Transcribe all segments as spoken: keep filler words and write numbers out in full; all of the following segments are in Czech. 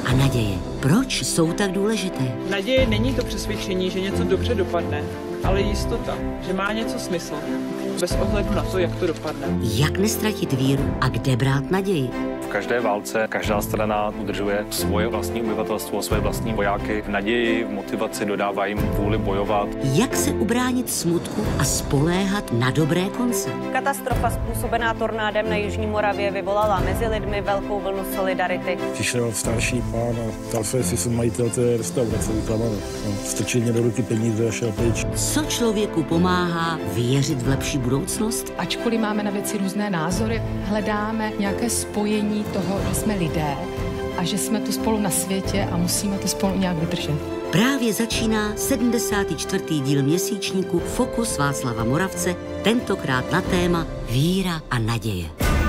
a naděje. Proč jsou tak důležité? Naděje není to přesvědčení, že něco dobře dopadne, ale jistota, že má něco smysl, bez ohledu na to, jak to dopadne. Jak nestratit víru a kde brát naději? V každé válce každá strana udržuje svoje vlastní obyvatelstvo, své vlastní vojáky v naději, v motivaci, dodává jim vůli bojovat. Jak se ubránit smutku a spoléhat na dobré konce? Katastrofa způsobená tornádem na Jižní Moravě vyvolala mezi lidmi velkou vlnu solidarity. Přišel starší pán a ptal se, jestli jsem majitel té restaurace vyklamané. Strčil mě do ruky peníze a šel pryč. Co člověku pomáhá věřit v lepší budoucnost? Ačkoliv máme na věci různé názory, hledáme nějaké spojení toho, že jsme lidé a že jsme tu spolu na světě a musíme to spolu nějak vydržet. Právě začíná sedmdesátý čtvrtý díl měsíčníku Fokus Václava Moravce, tentokrát na téma víra a naděje.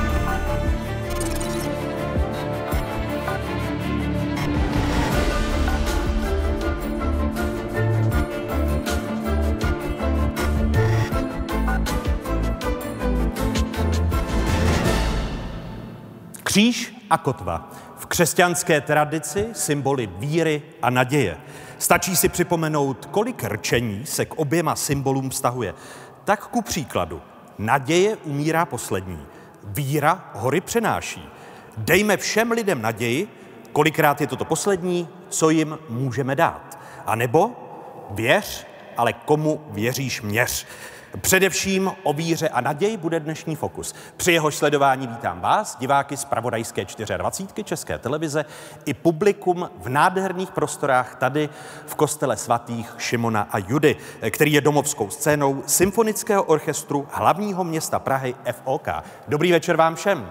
Kříž a kotva. V křesťanské tradici symboly víry a naděje. Stačí si připomenout, kolik rčení se k oběma symbolům vztahuje. Tak ku příkladu, naděje umírá poslední, víra hory přenáší. Dejme všem lidem naději, kolikrát je toto poslední, co jim můžeme dát. A nebo věř, ale komu věříš, měř. Především o víře a naději bude dnešní Fokus. Při jehož sledování vítám vás, diváky z Pravodajské dvacet čtyři České televize i publikum v nádherných prostorách tady v kostele svatých Šimona a Judy, který je domovskou scénou Symfonického orchestru hlavního města Prahy F O K. Dobrý večer vám všem.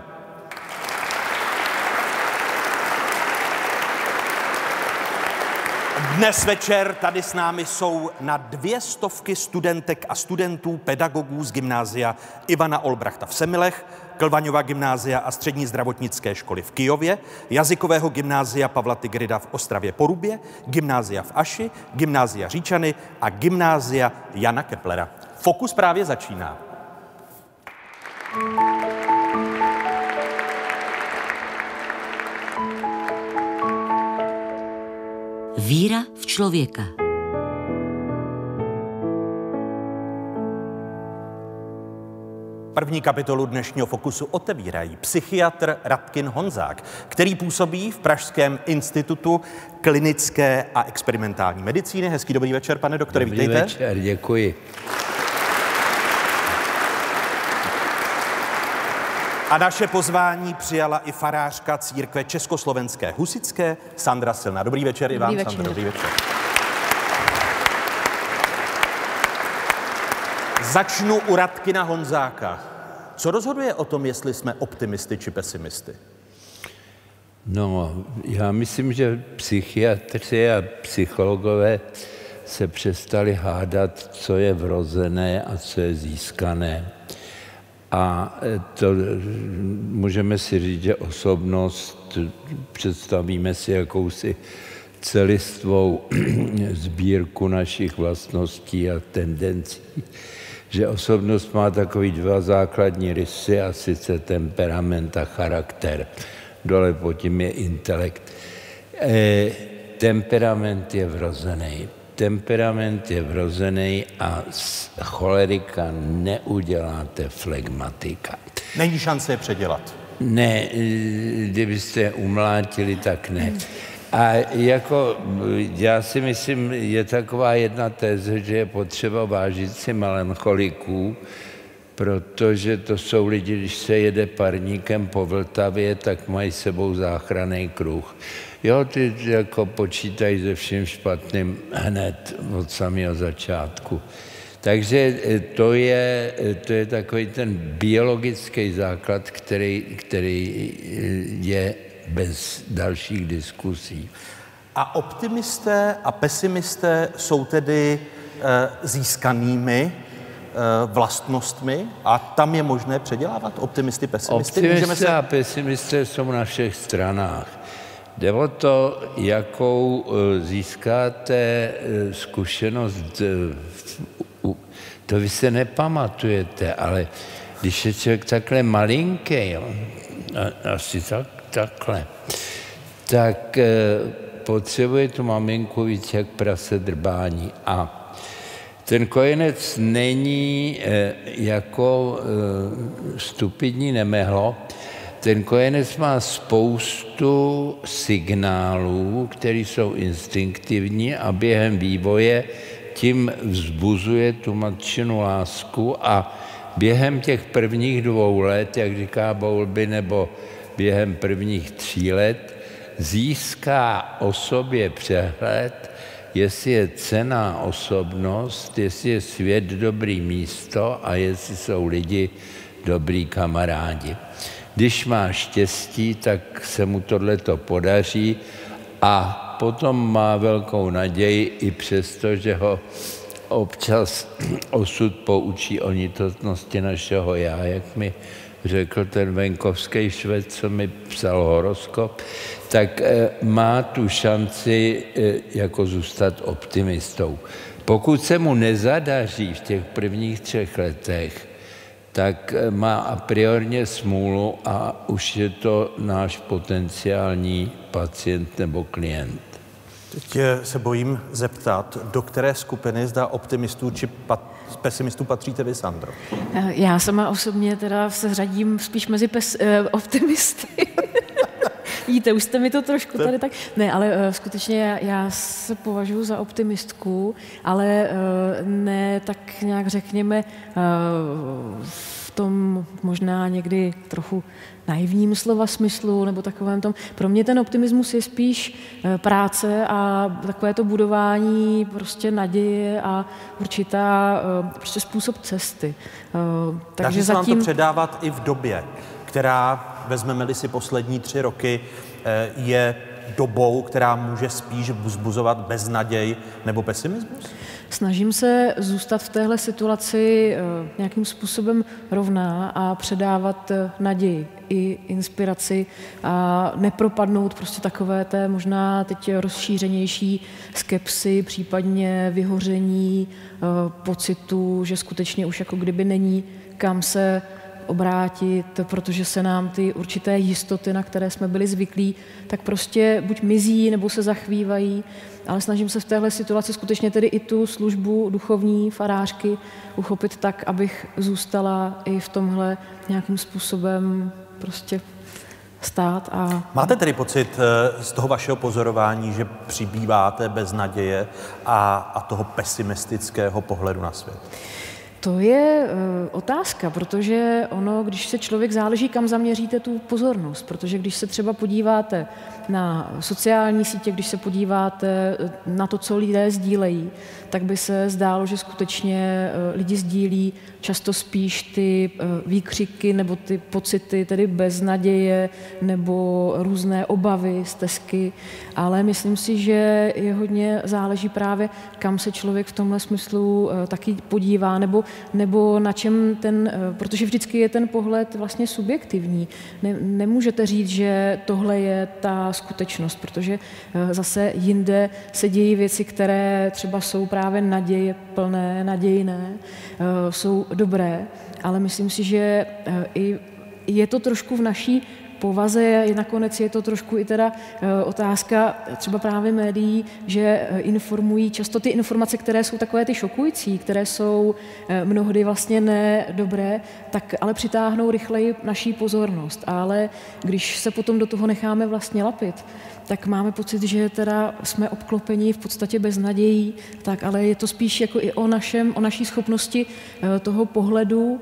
Dnes večer tady s námi jsou na dvě stovky studentek a studentů, pedagogů z gymnázia Ivana Olbrachta v Semilech, Klvaňova gymnázia a střední zdravotnické školy v Kyjově, jazykového gymnázia Pavla Tigrida v Ostravě Porubě, gymnázia v Aši, gymnázia Říčany a gymnázia Jana Keplera. Fokus právě začíná. Víra v člověka. První kapitolu dnešního Fokusu otevírají psychiatr Radkin Honzák, který působí v Pražském institutu klinické a experimentální medicíny. Hezký dobrý večer, pane doktore, dobrý vítejte. Dobrý večer, děkuji. A naše pozvání přijala i farářka církve Československé husitské Sandra Silná. Dobrý večer i vám, dobrý Sandra. Dobrý večer. Začnu u Radkina Honzáka. Co rozhoduje o tom, jestli jsme optimisty či pesimisty? No, já myslím, že psychiatři a psychologové se přestali hádat, co je vrozené a co je získané. A to můžeme si říct, že osobnost, představíme si jakousi celistvou sbírku našich vlastností a tendencí, že osobnost má takový dva základní rysy, a sice temperament a charakter. Dole pod tím je intelekt. E, temperament je vrozený. Temperament je vrozený a z cholerika neuděláte flegmatika. Není šance je předělat. Ne, kdybyste je umlátili, tak ne. A jako, já si myslím, je taková jedna teze, že je potřeba vážit si melancholiků, protože to jsou lidi, když se jede parníkem po Vltavě, tak mají sebou záchranný kruh. Jo, ty jako počítají se vším špatným hned od samého začátku. Takže to je, to je takový ten biologický základ, který, který je bez dalších diskusí. A optimisté a pesimisté jsou tedy e, získanými e, vlastnostmi a tam je možné předělávat optimisty, pesimisty? Optimisté se... a pesimisté jsou na všech stranách. Jde o to, jakou získáte zkušenost, to vy se nepamatujete, ale když je člověk takhle malinký, jo, asi tak, takhle, tak potřebuje tu maminku víc jak prase drbání. A ten kojenec není jako stupidní nemehlo. Ten kojenec má spoustu signálů, které jsou instinktivní a během vývoje tím vzbuzuje tu matčinu lásku a během těch prvních dvou let, jak říká Bowlby, nebo během prvních tří let, získá o sobě přehled, jestli je cenná osobnost, jestli je svět dobrý místo a jestli jsou lidi dobrý kamarádi. Když má štěstí, tak se mu tohleto podaří a potom má velkou naději i přesto, že ho občas osud poučí o nitotnosti našeho já, jak mi řekl ten venkovský Švec, co mi psal horoskop, tak má tu šanci jako zůstat optimistou. Pokud se mu nezadaří v těch prvních třech letech, tak má a priorně smůlu a už je to náš potenciální pacient nebo klient. Teď se bojím zeptat, do které skupiny zda optimistů či pat, pesimistů patříte vy, Sandro? Já sama osobně teda se řadím spíš mezi pes, eh, optimisty. Vidíte, už jste mi to trošku tady tak... Ne, ale uh, skutečně já, já se považuji za optimistku, ale uh, ne tak nějak řekněme uh, v tom možná někdy trochu naivním slova smyslu nebo takovém tom. Pro mě ten optimismus je spíš uh, práce a takové to budování prostě naděje a určitá uh, prostě způsob cesty. Uh, takže se zatím... vám to předávat i v době, která, vezmeme-li si poslední tři roky, je dobou, která může spíš vzbuzovat beznaděj nebo pesimismus? Snažím se zůstat v téhle situaci nějakým způsobem rovná a předávat naději i inspiraci a nepropadnout prostě takové té možná teď rozšířenější skepsy, případně vyhoření, pocitu, že skutečně už jako kdyby není kam se obrátit, protože se nám ty určité jistoty, na které jsme byli zvyklí, tak prostě buď mizí, nebo se zachvívají, ale snažím se v téhle situaci skutečně tedy i tu službu duchovní farářky uchopit tak, abych zůstala i v tomhle nějakým způsobem prostě stát. A... Máte tedy pocit z toho vašeho pozorování, že přibýváte beznaděje a, a toho pesimistického pohledu na svět? To je uh, otázka, protože ono, když se člověk záleží, kam zaměříte tu pozornost, protože když se třeba podíváte na sociální sítě, když se podíváte na to, co lidé sdílejí, tak by se zdálo, že skutečně uh, lidi sdílí často spíš ty uh, výkřiky nebo ty pocity, tedy beznaděje nebo různé obavy, stesky, ale myslím si, že je hodně záleží právě, kam se člověk v tomhle smyslu uh, taky podívá, nebo nebo na čem ten, protože vždycky je ten pohled vlastně subjektivní. Ne, nemůžete říct, že tohle je ta skutečnost, protože zase jinde se dějí věci, které třeba jsou právě naděje plné, nadějné, jsou dobré, ale myslím si, že i je to trošku v naší povaze, nakonec je to trošku i teda otázka třeba právě médií, že informují často ty informace, které jsou takové ty šokující, které jsou mnohdy vlastně nedobré, tak ale přitáhnou rychleji naší pozornost. Ale když se potom do toho necháme vlastně lapit, tak máme pocit, že teda jsme obklopeni v podstatě bez nadějí, tak ale je to spíš jako i o našem, o naší schopnosti toho pohledu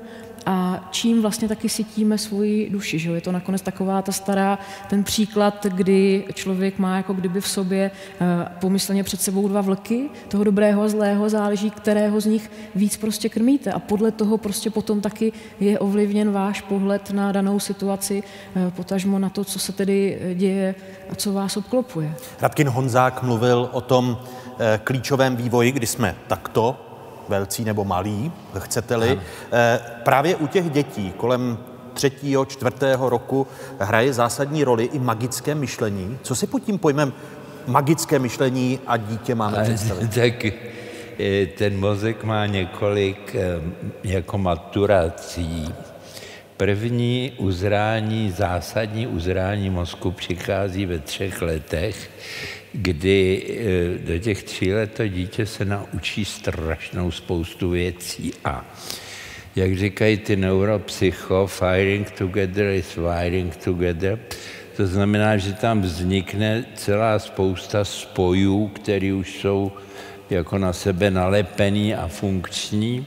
a čím vlastně taky sytíme svoji duši, že je to nakonec taková ta stará, ten příklad, kdy člověk má jako kdyby v sobě pomyslně před sebou dva vlky, toho dobrého a zlého, záleží, kterého z nich víc prostě krmíte a podle toho prostě potom taky je ovlivněn váš pohled na danou situaci, potažmo na to, co se tedy děje a co vás obklopuje. Radkin Honzák mluvil o tom klíčovém vývoji, kdy jsme takto velcí nebo malí, chcete-li. E, právě u těch dětí kolem třetího, čtvrtého roku hraje zásadní roli i magické myšlení. Co si pod tím pojmem magické myšlení a dítě máme představit? Tak ten mozek má několik jako maturací První uzrání, zásadní uzrání mozku přichází ve třech letech, kdy do těch tří let to dítě se naučí strašnou spoustu věcí a jak říkají ty neuropsycho, firing together is wiring together, to znamená, že tam vznikne celá spousta spojů, které už jsou jako na sebe nalepený a funkční.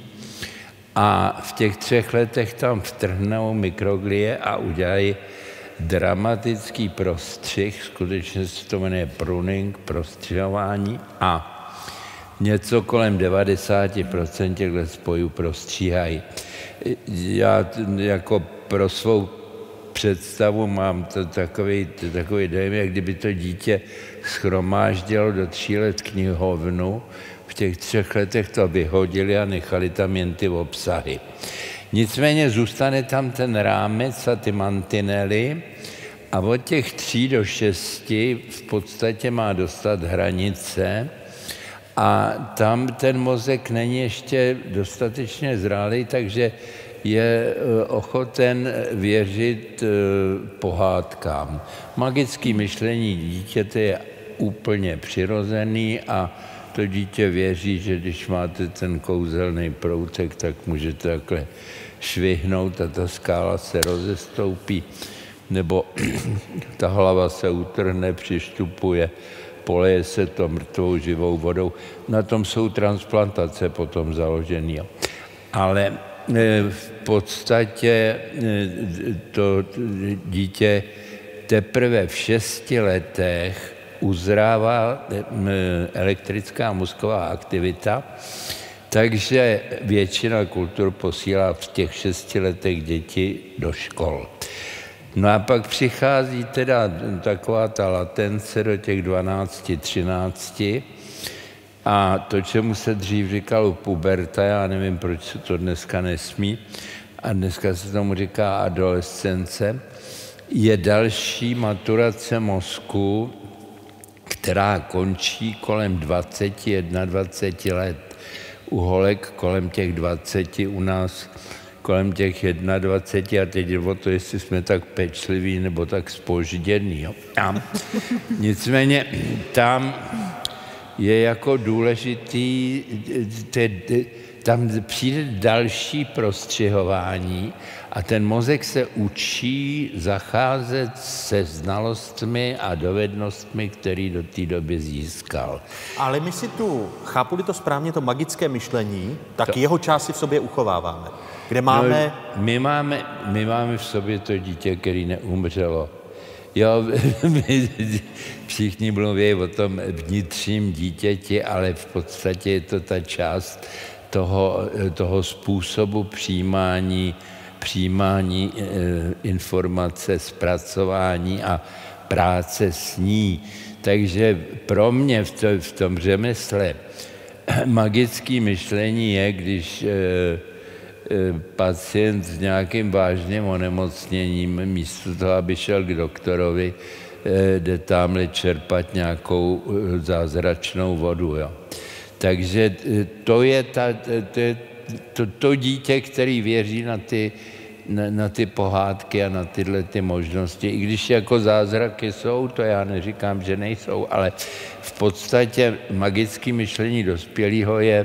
A v těch třech letech tam vtrhnou mikroglie a udělají dramatický prostřih, skutečně se to jmenuje pruning, prostřihování a něco kolem devadesát procent těchto spojů prostříhají. Já jako pro svou představu mám to takový, to takový dojem, jak kdyby to dítě shromáždilo do tří let knihovnu, v těch třech letech to vyhodili a nechali tam jen ty obsahy. Nicméně zůstane tam ten rámec a ty mantinely a od těch tří do šesti v podstatě má dostat hranice a tam ten mozek není ještě dostatečně zrálý, takže je ochoten věřit pohádkám. Magické myšlení dítěte je úplně přirozený a to dítě věří, že když máte ten kouzelný proutek, tak můžete takhle švihnout a ta skála se rozestoupí, nebo ta hlava se utrhne, přištupuje, poleje se to mrtvou živou vodou. Na tom jsou transplantace potom založený. Ale v podstatě to dítě teprve v šesti letech uzrává elektrická mozková aktivita, takže většina kultur posílá v těch šesti letech děti do škol. No a pak přichází teda taková ta latence do těch dvanácti, třinácti a to, čemu se dřív říkalo puberta, já nevím, proč se to dneska nesmí, a dneska se tomu říká adolescence, je další maturace mozku, která končí kolem dvaceti, dvaceti jedna let. U holek kolem těch dvaceti, u nás kolem těch dvaceti jedna a teď je o to, jestli jsme tak pečliví nebo tak zpožděný. Jo. A nicméně tam je jako důležitý, tam přijde další prostřihování a ten mozek se učí zacházet se znalostmi a dovednostmi, které do té doby získal. Ale my si tu, chápu-li to správně, to magické myšlení, tak to, jeho část si v sobě uchováváme. Kde máme... No, my máme... My máme v sobě to dítě, které neumřelo. Jo, my všichni mluví o tom vnitřním dítěti, ale v podstatě je to ta část toho, toho způsobu přijímání, přijímání e, informace, zpracování a práce s ní. Takže pro mě v, to, v tom řemesle magické myšlení je, když e, e, pacient s nějakým vážným onemocněním místo toho, aby šel k doktorovi, e, jde tamhle čerpat nějakou e, zázračnou vodu. Jo. Takže to je ta, to, to, to dítě, který věří na ty, na, na ty pohádky a na tyhle ty možnosti. I když jako zázraky jsou, to já neříkám, že nejsou, ale v podstatě magické myšlení dospělého je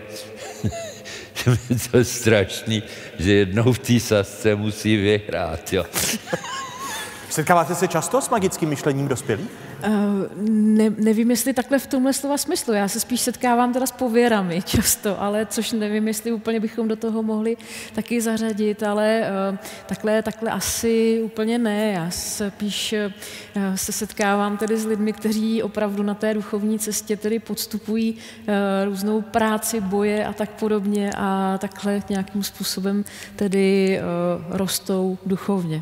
to strašný, že jednou v té sasce musí vyhrát. Jo. Setkáváte se často s magickým myšlením dospělých? Uh, ne, nevím, jestli takhle v tomhle slova smyslu. Já se spíš setkávám teda s pověrami často, ale což nevím, jestli úplně bychom do toho mohli taky zařadit, ale uh, takhle, takhle asi úplně ne. Já spíš uh, se setkávám tedy s lidmi, kteří opravdu na té duchovní cestě tedy podstupují uh, různou práci, boje a tak podobně a takhle nějakým způsobem tedy uh, rostou duchovně.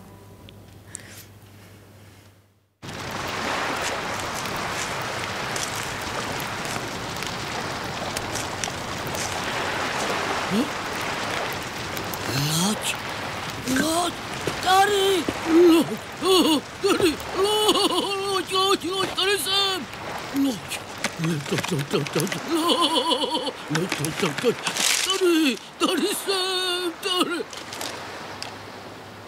Loď, loď, tady, loď, oh, tady, loď, loď, loď, tady jsem, loď, loď, loď, loď, loď, loď, loď, loď, loď, tady, tady jsem, tady.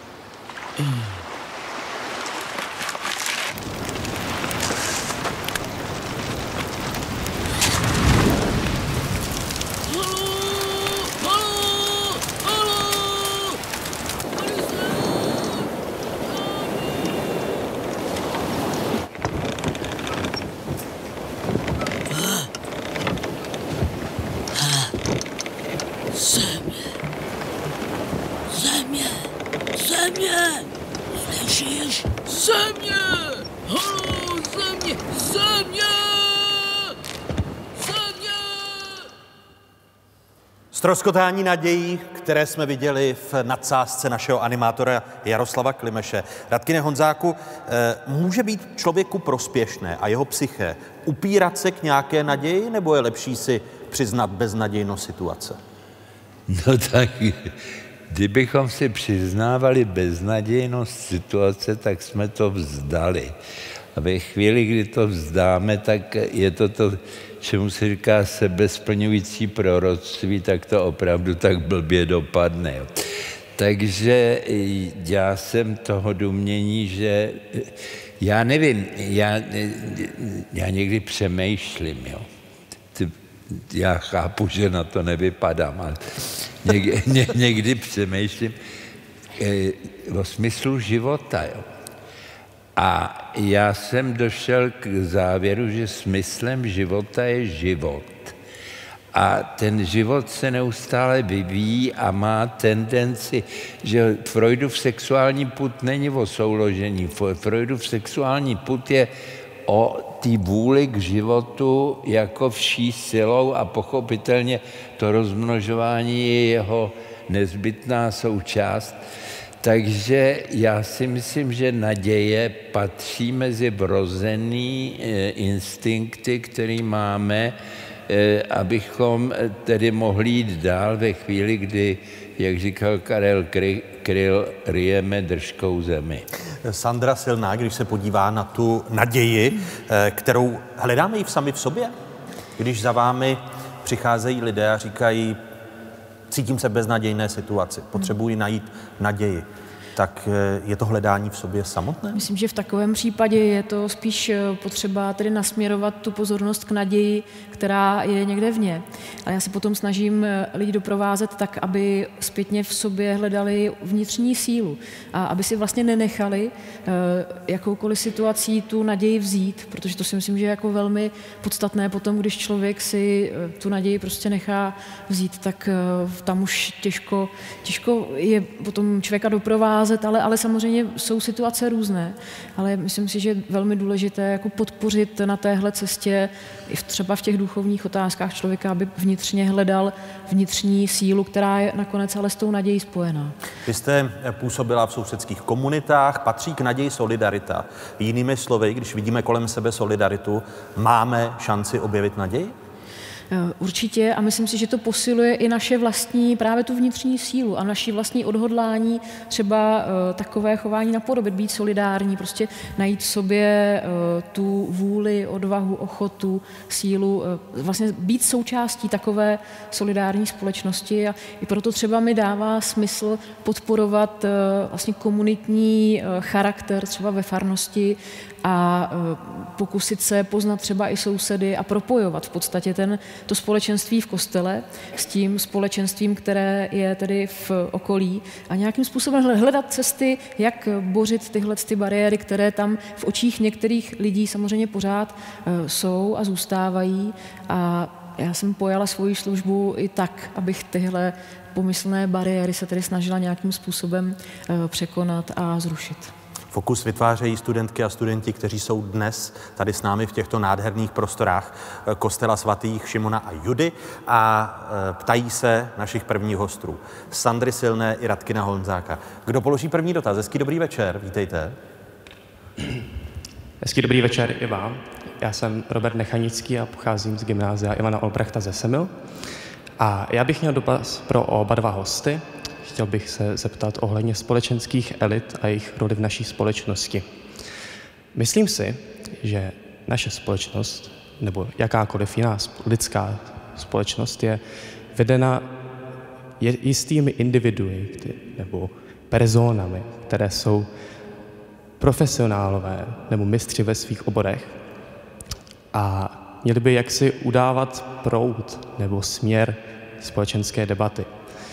Ztroskotání nadějí, které jsme viděli v nadsázce našeho animátora Jaroslava Klimeše. Radkyně Honzáku, může být člověku prospěšné a jeho psyché upírat se k nějaké naději, nebo je lepší si přiznat beznadějnost situace? No tak, kdybychom si přiznávali beznadějnost situace, tak jsme to vzdali. A ve chvíli, kdy to vzdáme, tak je to to, čemu se říká sebesplňující proroctví, tak to opravdu tak blbě dopadne. Jo. Takže já jsem toho domnění, že já nevím, já, já někdy přemýšlím, jo. Já chápu, že na to nevypadám, ale někdy, ně, někdy přemýšlím o smyslu života, jo. A já jsem došel k závěru, že smyslem života je život. A ten život se neustále vyvíjí a má tendenci, že Freudův sexuální pud není o souložení. Freudův sexuální pud je o té vůli k životu jako vší silou a pochopitelně to rozmnožování je jeho nezbytná součást. Takže já si myslím, že naděje patří mezi vrozený instinkty, které máme, abychom tedy mohli jít dál ve chvíli, kdy, jak říkal Karel Kryl, ryjeme držkou zemi. Sandra Silná, když se podívá na tu naději, kterou hledáme i v sami v sobě, když za vámi přicházejí lidé a říkají, cítím se v beznadějné situaci, potřebuji najít naději, tak je to hledání v sobě samotné? Myslím, že v takovém případě je to spíš potřeba tedy nasměrovat tu pozornost k naději, která je někde vně. A já se potom snažím lidi doprovázet tak, aby zpětně v sobě hledali vnitřní sílu a aby si vlastně nenechali jakoukoliv situací tu naději vzít, protože to si myslím, že je jako velmi podstatné potom, když člověk si tu naději prostě nechá vzít, tak tam už těžko, těžko je potom člověka doprovázet, ale, ale samozřejmě jsou situace různé, ale myslím si, že je velmi důležité jako podpořit na téhle cestě i v, třeba v těch duchovních otázkách člověka, aby vnitřně hledal vnitřní sílu, která je nakonec ale s tou nadějí spojená. Vy jste působila v sousedských komunitách, patří k naději solidarita. Jinými slovy, když vidíme kolem sebe solidaritu, máme šanci objevit naději? Určitě a myslím si, že to posiluje i naše vlastní, právě tu vnitřní sílu a naši vlastní odhodlání třeba uh, takové chování napodobit, být solidární, prostě najít v sobě uh, tu vůli, odvahu, ochotu, sílu, uh, vlastně být součástí takové solidární společnosti a i proto třeba mi dává smysl podporovat uh, vlastně komunitní uh, charakter třeba ve farnosti a pokusit se poznat třeba i sousedy a propojovat v podstatě ten, to společenství v kostele s tím společenstvím, které je tedy v okolí a nějakým způsobem hledat cesty, jak bořit tyhle ty bariéry, které tam v očích některých lidí samozřejmě pořád jsou a zůstávají a já jsem pojala svoji službu i tak, abych tyhle pomyslné bariéry se tedy snažila nějakým způsobem překonat a zrušit. Fokus vytvářejí studentky a studenti, kteří jsou dnes tady s námi v těchto nádherných prostorách kostela svatých Šimona a Judy a ptají se našich prvních hostů, Sandry Silné i Radkyna Honzáka. Kdo položí první dotaz? Hezký dobrý večer, vítejte. Hezký dobrý večer i vám. Já jsem Robert Nechanický a pocházím z gymnázia Ivana Olbrachta ze Semil. A já bych měl dotaz pro oba dva hosty. Chtěl bych se zeptat ohledně společenských elit a jejich roli v naší společnosti. Myslím si, že naše společnost, nebo jakákoliv jiná lidská společnost, je vedena jistými individui nebo personami, které jsou profesionálové nebo mistři ve svých oborech a měli by jaksi udávat proud nebo směr společenské debaty.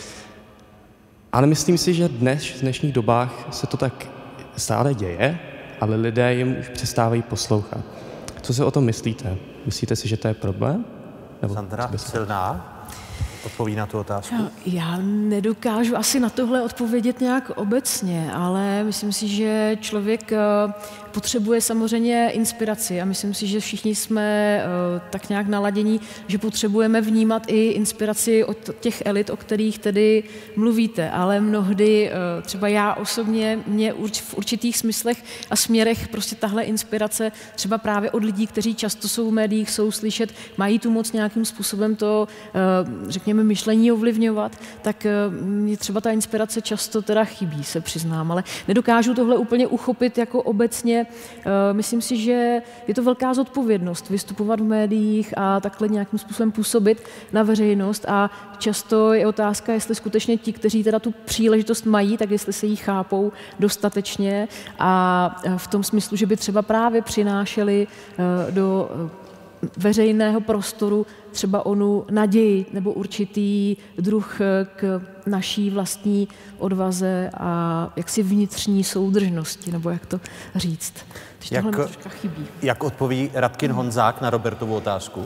Ale myslím si, že dnes, v dnešních dobách se to tak stále děje, ale lidé jim už přestávají poslouchat. Co si o tom myslíte? Myslíte si, že to je problém? Nebo Sandra Silná odpoví na tu otázku. Já nedokážu asi na tohle odpovědět nějak obecně, ale myslím si, že člověk potřebuje samozřejmě inspiraci a myslím si, že všichni jsme tak nějak naladění, že potřebujeme vnímat i inspiraci od těch elit, o kterých tedy mluvíte, ale mnohdy třeba já osobně, mě v určitých smyslech a směrech prostě tahle inspirace třeba právě od lidí, kteří často jsou v médiích, jsou slyšet, mají tu moc nějakým způsobem to, řekněme, myšlení ovlivňovat, tak mě třeba ta inspirace často teda chybí, se přiznám, ale nedokážu tohle úplně uchopit jako obecně. Myslím si, že je to velká zodpovědnost vystupovat v médiích a takhle nějakým způsobem působit na veřejnost a často je otázka, jestli skutečně ti, kteří teda tu příležitost mají, tak jestli se jí chápou dostatečně a v tom smyslu, že by třeba právě přinášeli do veřejného prostoru třeba onu naději nebo určitý druh k naší vlastní odvaze a jaksi vnitřní soudržnosti, nebo jak to říct. Takže jak, tohle mi troška chybí. Jak odpoví Radkin Honzák na Robertovu otázku?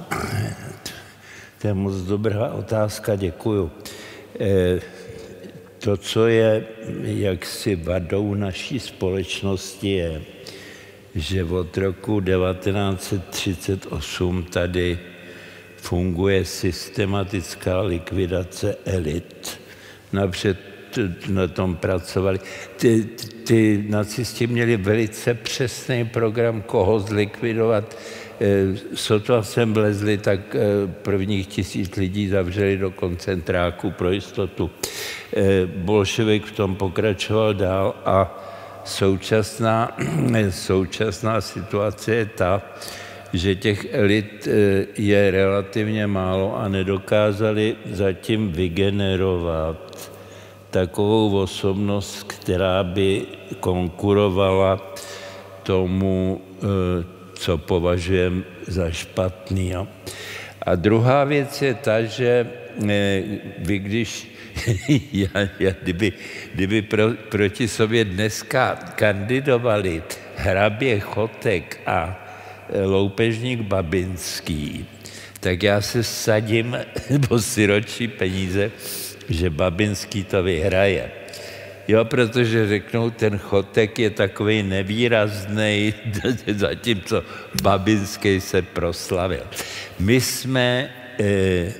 To je moc dobrá otázka, děkuju. E, to, co je jaksi vadou naší společnosti, je, že od roku devatenáct set třicet osm tady funguje systematická likvidace elit. Napřed na tom pracovali. Ty, ty nacisti měli velice přesný program, koho zlikvidovat. Sotva sem vlezli, tak prvních tisíc lidí zavřeli do koncentráku pro jistotu. Bolševik v tom pokračoval dál a Současná, současná situace je ta, že těch elit je relativně málo a nedokázali zatím vygenerovat takovou osobnost, která by konkurovala tomu, co považujeme za špatný. A druhá věc je ta, že vy, když já, já, kdyby, kdyby pro, proti sobě dneska kandidovali hrabě Chotek a loupežník Babinský, tak já se vsadím po siročí peníze, že Babinský to vyhraje. Jo, protože řeknou, ten Chotek je takovej nevýraznej, zatímco Babinský se proslavil. My jsme... Eh,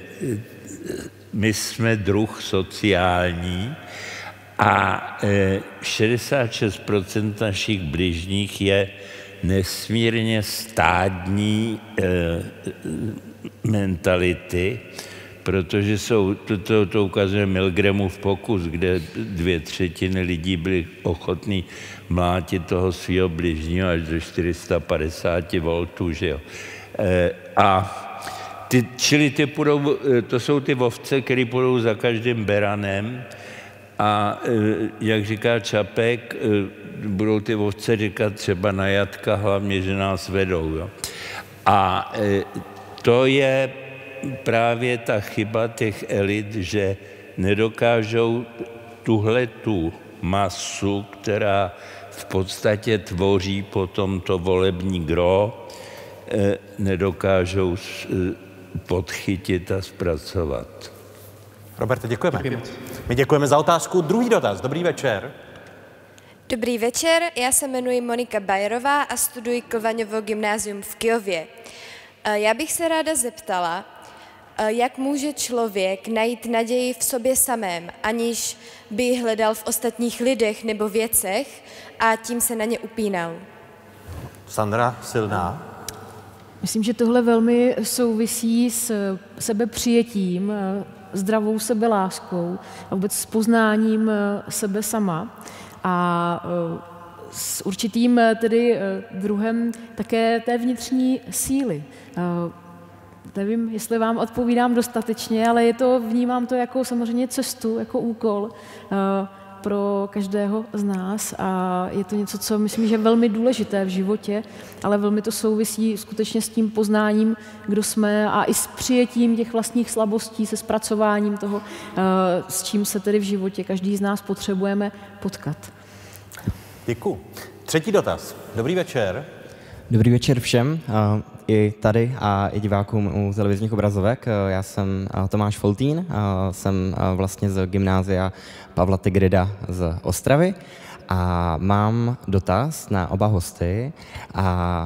My jsme druh sociální a šedesát šest procent našich bližních je nesmírně stádní mentality, protože jsou, to, to, to ukazuje Milgramův pokus, kde dvě třetiny lidí byly ochotní mlátit toho svého bližního až do čtyři sta padesát voltů, že jo. A Ty, čili ty půjdou, to jsou ty ovce, které půjdou za každým beranem a jak říká Čapek, budou ty ovce říkat třeba na jatka, hlavně, že nás vedou. Jo. A to je právě ta chyba těch elit, že nedokážou tuhletu masu, která v podstatě tvoří potom to volební gro, nedokážou podchytit a zpracovat. Roberte, děkujeme. Děkujeme. My děkujeme za otázku. Druhý dotaz. Dobrý večer. Dobrý večer, já se jmenuji Monika Bajerová a studuji Kovaňovo gymnázium v Kyjově. Já bych se ráda zeptala, jak může člověk najít naději v sobě samém, aniž by hledal v ostatních lidech nebo věcech a tím se na ně upínal. Sandra Silná. Myslím, že tohle velmi souvisí s sebepřijetím, zdravou sebeláskou a vůbec s poznáním sebe sama a s určitým tedy druhem také té vnitřní síly. Nevím, jestli vám odpovídám dostatečně, ale je to, vnímám to jako samozřejmě cestu, jako úkol pro každého z nás a je to něco, co myslím, že je velmi důležité v životě, ale velmi to souvisí skutečně s tím poznáním, kdo jsme a i s přijetím těch vlastních slabostí, se zpracováním toho, s čím se tedy v životě každý z nás potřebujeme potkat. Děkuji. Třetí dotaz. Dobrý večer. Dobrý večer všem, i tady a i divákům u televizních obrazovek. Já jsem Tomáš Foltín, jsem vlastně z gymnázia Pavla Tigrida z Ostravy a mám dotaz na oba hosty a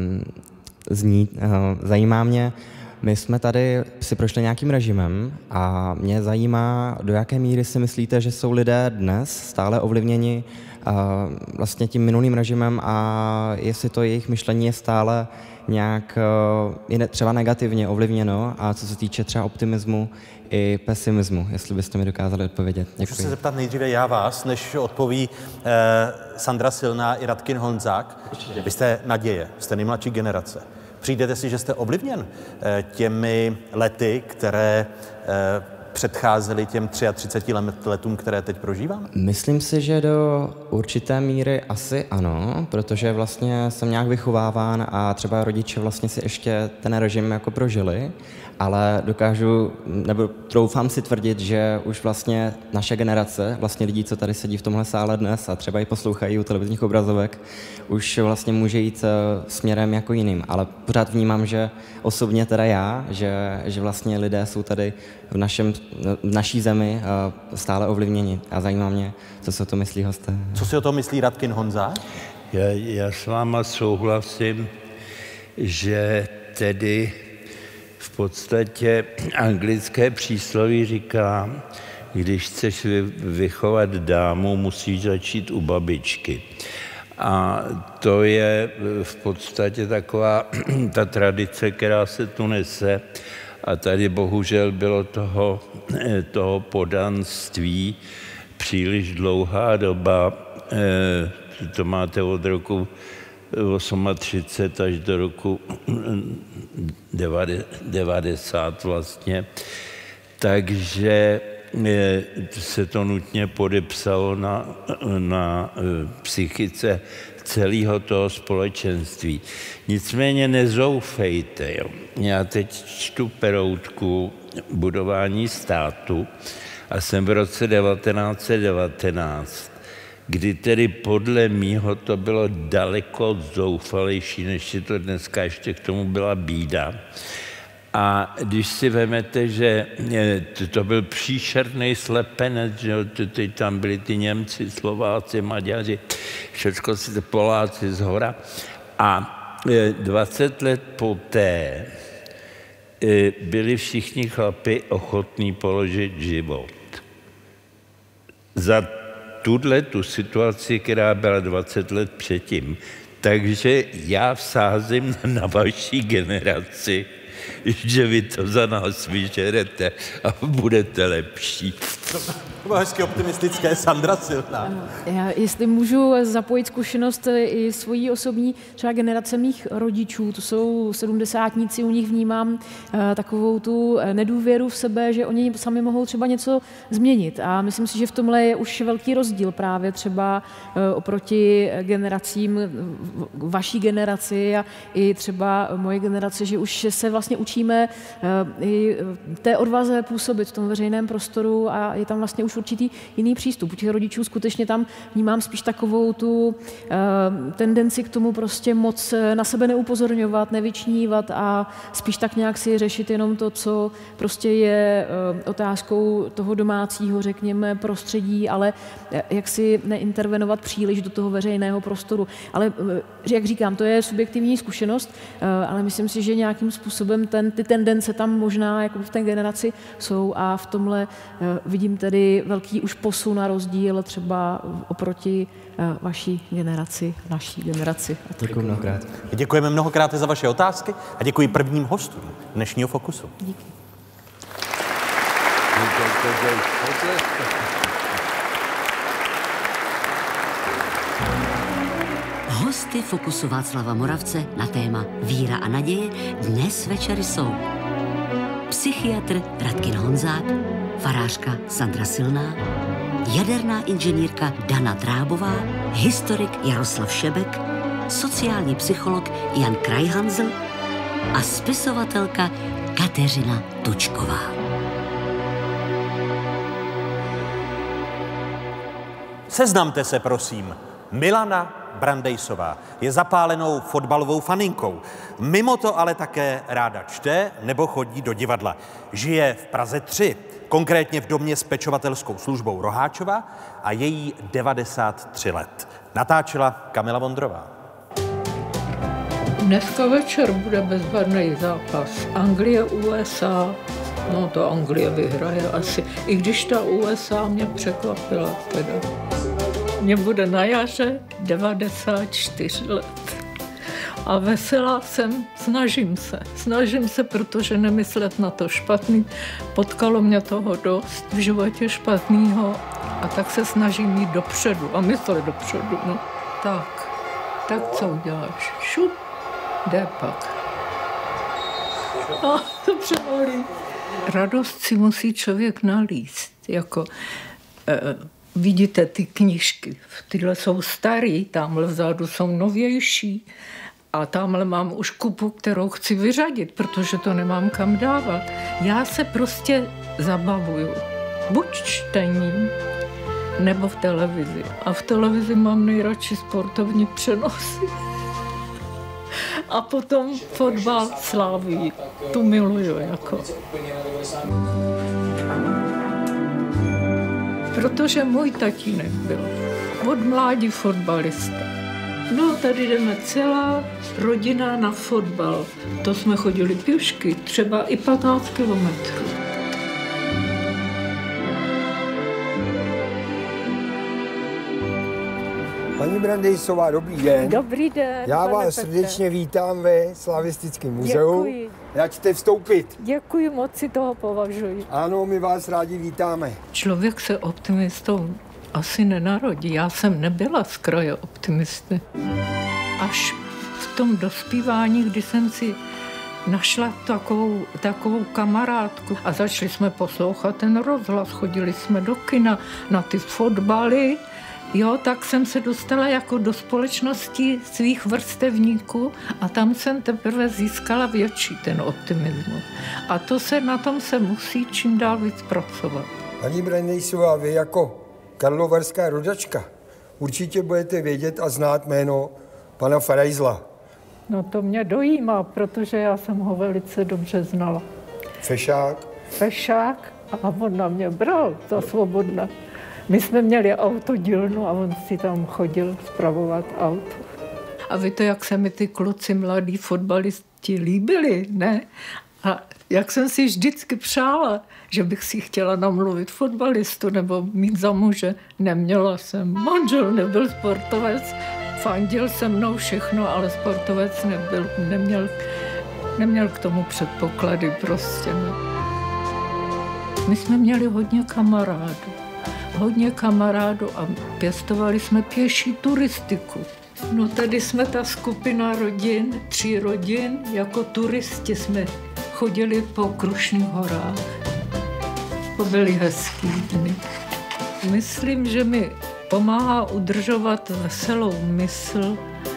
zní, zajímá mě, my jsme tady si prošli nějakým režimem a mě zajímá, do jaké míry si myslíte, že jsou lidé dnes stále ovlivněni vlastně tím minulým režimem a jestli to jejich myšlení je stále nějak je třeba negativně ovlivněno a co se týče třeba optimismu i pesimismu, jestli byste mi dokázali odpovědět. Děkuji. Můžu se zeptat nejdříve já vás, než odpoví eh, Sandra Silná i Radkin Honzák. Vy jste naděje, jste nejmladší generace. Přijdete si, že jste ovlivněn eh, těmi lety, které eh, předcházely těm třiatřiceti letům, které teď prožíváme? Myslím si, že do určité míry asi ano, protože vlastně jsem nějak vychováván a třeba rodiče vlastně si ještě ten režim jako prožili, ale dokážu, nebo troufám si tvrdit, že už vlastně naše generace, vlastně lidí, co tady sedí v tomhle sále dnes a třeba i poslouchají u televizních obrazovek, už vlastně může jít směrem jako jiným, ale pořád vnímám, že osobně teda já, že, že vlastně lidé jsou tady v, našem, v naší zemi stále ovlivněni a zajímá mě, co si o to myslí hosté. Co si o to myslí Radkin Honza? Já, já s váma souhlasím, že tedy v podstatě anglické přísloví říká, když chceš vychovat dámu, musíš začít u babičky. A to je v podstatě taková ta tradice, která se tu nese. A tady bohužel bylo toho, toho podanství příliš dlouhá doba. To máte od roku třicet osm až do roku devadesát vlastně. Takže se to nutně podepsalo na, na psychice celého toho společenství. Nicméně nezoufejte. Jo. Já teď čtu peroutku Budování státu a jsem v roce devatenáct set devatenáct, kdy tedy podle mýho to bylo daleko zoufalejší, než je to dneska, ještě k tomu byla bída. A když si vemete, že to byl příšerný slepenec, že teď tam byli ty Němci, Slováci, Maďaři, všechno si Poláci zhora. A dvacet let poté byli všichni chlapi ochotní položit život. Za tuhle tu situaci, která byla dvacet let předtím. Takže já vsázím na vaší generaci, že vy to za nás vyžerete a budete lepší. To bylo hezky optimistické, Sandra Silná. Já, jestli můžu zapojit zkušenost i svojí osobní, třeba generace mých rodičů, to jsou sedmdesátníci, u nich vnímám uh, takovou tu nedůvěru v sebe, že oni sami mohou třeba něco změnit. A myslím si, že v tomhle je už velký rozdíl právě třeba uh, oproti generacím, vaší generaci a i třeba moje generace, že už se vlastně učíme uh, i té odvaze působit v tom veřejném prostoru a je tam vlastně už určitý jiný přístup. U těch rodičů skutečně tam vnímám spíš takovou tu uh, tendenci k tomu prostě moc na sebe neupozorňovat, nevyčnívat a spíš tak nějak si řešit jenom to, co prostě je uh, otázkou toho domácího, řekněme, prostředí, ale jak si neintervenovat příliš do toho veřejného prostoru. Ale uh, jak říkám, to je subjektivní zkušenost, uh, ale myslím si, že nějakým způsobem ten, ty tendence tam možná jako v té generaci jsou a v tomhle uh, vidím tedy velký už posun a rozdíl třeba oproti vaší generaci, naší generaci. Děkuji mnohokrát. Děkujeme mnohokrát za vaše otázky a děkuji prvním hostům dnešního Fokusu. Díky. Hosty Fokusu Václava Moravce na téma Víra a naděje dnes večer jsou psychiatr Radkin Honzák, farářka Sandra Silná, jaderná inženýrka Dana Drábová, historik Jaroslav Šebek, sociální psycholog Jan Krajhanzl a spisovatelka Kateřina Tučková. Seznamte se, prosím. Milana Brandejsová je zapálenou fotbalovou faninkou. Mimo to ale také ráda čte nebo chodí do divadla. Žije v Praze tři, konkrétně v domě s pečovatelskou službou Roháčova a je jí devadesát tři let. Natáčela Kamila Vondrová. Dneska večer bude bezvadný zápas. Anglie U S A. No to Anglie vyhraje asi. I když ta U S A mě překvapila teda. Mně bude na jaře devadesát čtyři let. A veselá jsem, snažím se. Snažím se, protože nemyslet na to špatný. Potkalo mě toho dost v životě špatného a tak se snažím jít dopředu a myslet dopředu. No. Tak, tak co uděláš? Šup, jde pak. A to převolí. Radost si musí člověk nalíst, jako... Eh, Vidíte ty knížky, tyhle jsou starý, tamhle vzadu jsou novější a tamhle mám už kupu, kterou chci vyřadit, protože to nemám kam dávat. Já se prostě zabavuju, buď čtením, nebo v televizi. A v televizi mám nejradši sportovní přenosy. A potom fotbal Slavii, tu miluju jako. Protože můj tatínek byl od mládí fotbalista. No, tady jdeme celá rodina na fotbal. To jsme chodili pěšky, třeba i patnáct kilometrů. Paní Brandejsová, dobrý den. Dobrý den. Já pane vás Petře. srdečně vítám ve Slavistickém muzeu. Děkuji. Jak chcete vstoupit? Děkuji, moc si toho považuji. Ano, my vás rádi vítáme. Člověk se optimistou asi nenarodí. Já jsem nebyla z kraje optimisty. Až v tom dospívání, kdy jsem si našla takovou, takovou kamarádku a začali jsme poslouchat ten rozhlas, chodili jsme do kina na ty fotbaly. Jo, tak jsem se dostala jako do společnosti svých vrstevníků a tam jsem teprve získala větší ten optimismus. A to se na tom se musí čím dál víc pracovat. Paní Brandejsová, vy jako karlovarská rodačka určitě budete vědět a znát jméno pana Farajzla. No to mě dojímá, protože já jsem ho velice dobře znala. Fešák? Fešák a on na mě bral za svobodna. My jsme měli autodílnu a on si tam chodil spravovat auto. A víte, jak se mi ty kluci mladí fotbalisti líbili, ne? A jak jsem si vždycky přála, že bych si chtěla namluvit fotbalistu nebo mít za muže. Neměla jsem. Manžel nebyl sportovec, fandil se mnou všechno, ale sportovec nebyl, neměl, neměl k tomu předpoklady prostě. Ne. My jsme měli hodně kamarádů. hodně kamarádů a pěstovali jsme pěší turistiku. No tady jsme ta skupina rodin, tří rodin, jako turisti jsme chodili po Krušných horách. To byly hezký dny. Myslím, že mi pomáhá udržovat veselou mysl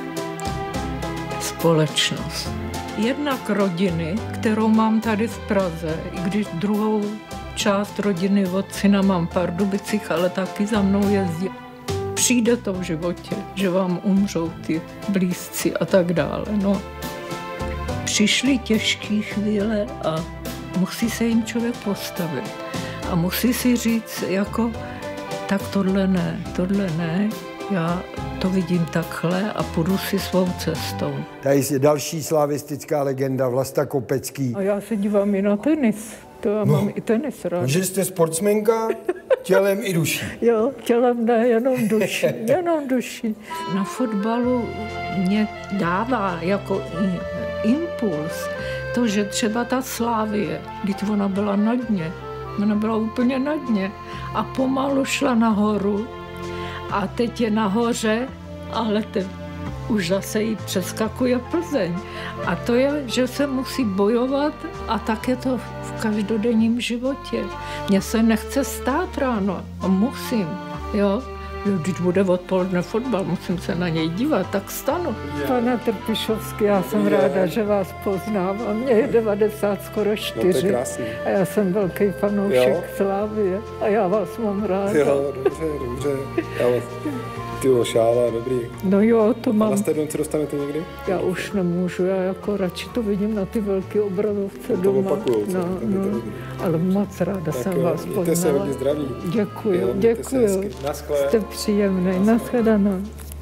společnost. Jednak rodiny, kterou mám tady v Praze, i když druhou část rodiny od syna mám v Pardubicích, ale taky za mnou jezdí. Přijde to v životě, že vám umřou ty blízci a tak dále. No. Přišly těžké chvíle a musí se jim člověk postavit. A musí si říct, jako, tak tohle ne, tohle ne, já to vidím takhle a půjdu si svou cestou. Tady je další slavistická legenda, Vlasta Kopecký. A já se dívám i na tenis. To já no, mám i tenis rád. Takže jste sportsmenka tělem i duší. Jo, tělem ne, jenom duší, jenom duší. Na fotbalu mě dává jako impuls to, že třeba ta Slavie, když ona byla na dně, ona byla úplně na dně a pomalu šla nahoru a teď je nahoře, ale te, už zase jí přeskakuje Plzeň. A to je, že se musí bojovat a tak je to v každodenním životě. Mně se nechce stát ráno a musím, jo. Když bude odpoledne fotbal, musím se na něj dívat, tak stanu. Pane Trpišovský, já jsem ráda, že vás poznám a mě je devadesát, skoro čtyři. No, a já jsem velký fanoušek Slávie a já vás mám ráda. Jo, dobře, dobře. Já vás... Tyjo, šála, dobrý. No jo, to mám. A na stadion se dostanete někdy? Já už nemůžu, já jako radši to vidím na ty velké obrazovce to doma. Opakujou, no, no. Ale moc ráda tak jsem jo, vás poznala. Mějte se hodně zdraví. Děkuji, jo, děkuji. Jste příjemný. Nashledanou.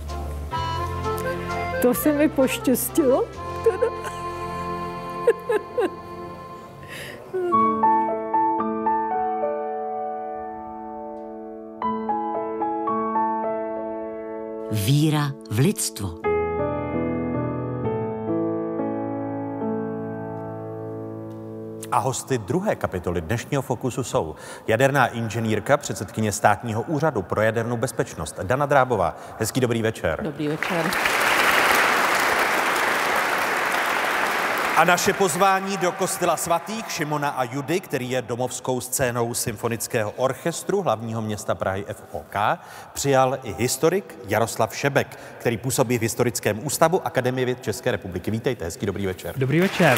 To se mi poštěstilo. Víra v lidstvo. A hosty druhé kapitoly dnešního Fokusu jsou jaderná inženýrka, předsedkyně Státního úřadu pro jadernou bezpečnost Dana Drábová. Hezký dobrý večer. Dobrý večer. A naše pozvání do kostela svatých Šimona a Judy, který je domovskou scénou symfonického orchestru hlavního města Prahy F O K, přijal i historik Jaroslav Šebek, který působí v Historickém ústavu Akademie věd České republiky. Vítejte, hezký dobrý večer. Dobrý večer.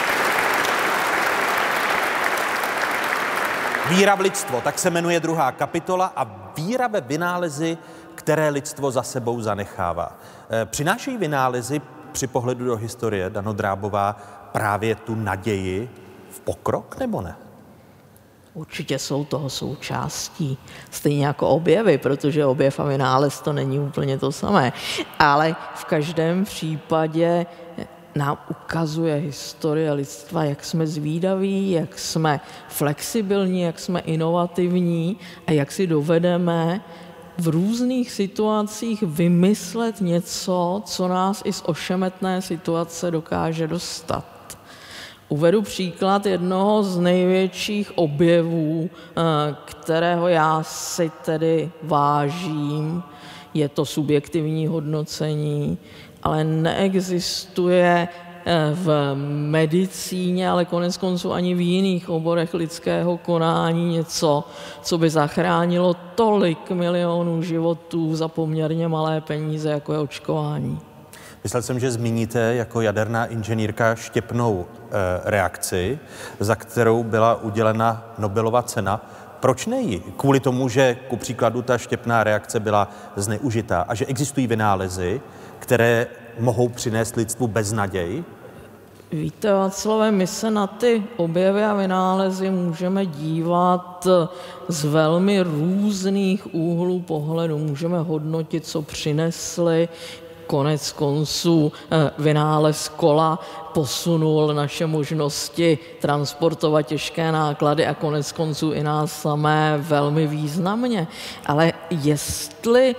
Víra v lidstvo, tak se jmenuje druhá kapitola a víra ve vynálezy, které lidstvo za sebou zanechává. Přinášejí vynálezy při pohledu do historie, Dano Drábová, právě tu naději v pokrok, nebo ne? Určitě jsou toho součástí, stejně jako objevy, protože objev a vynález to není úplně to samé. Ale v každém případě nám ukazuje historie lidstva, jak jsme zvídaví, jak jsme flexibilní, jak jsme inovativní a jak si dovedeme v různých situacích vymyslet něco, co nás i z ošemetné situace dokáže dostat. Uvedu příklad jednoho z největších objevů, kterého já si tedy vážím. Je to subjektivní hodnocení, ale neexistuje v medicíně, ale konec konců ani v jiných oborech lidského konání něco, co by zachránilo tolik milionů životů za poměrně malé peníze, jako je očkování. Myslel jsem, že zmíníte jako jaderná inženýrka štěpnou e, reakci, za kterou byla udělena Nobelova cena. Proč ne ji? Kvůli tomu, že ku příkladu ta štěpná reakce byla zneužitá a že existují vynálezy, které mohou přinést lidstvu beznaděj? Víte, Václave, my se na ty objevy a vynálezy můžeme dívat z velmi různých úhlů pohledu. Můžeme hodnotit, co přinesli. Konec konců vynález kola posunul naše možnosti transportovat těžké náklady a konec konců i nás samé velmi významně. Ale jestli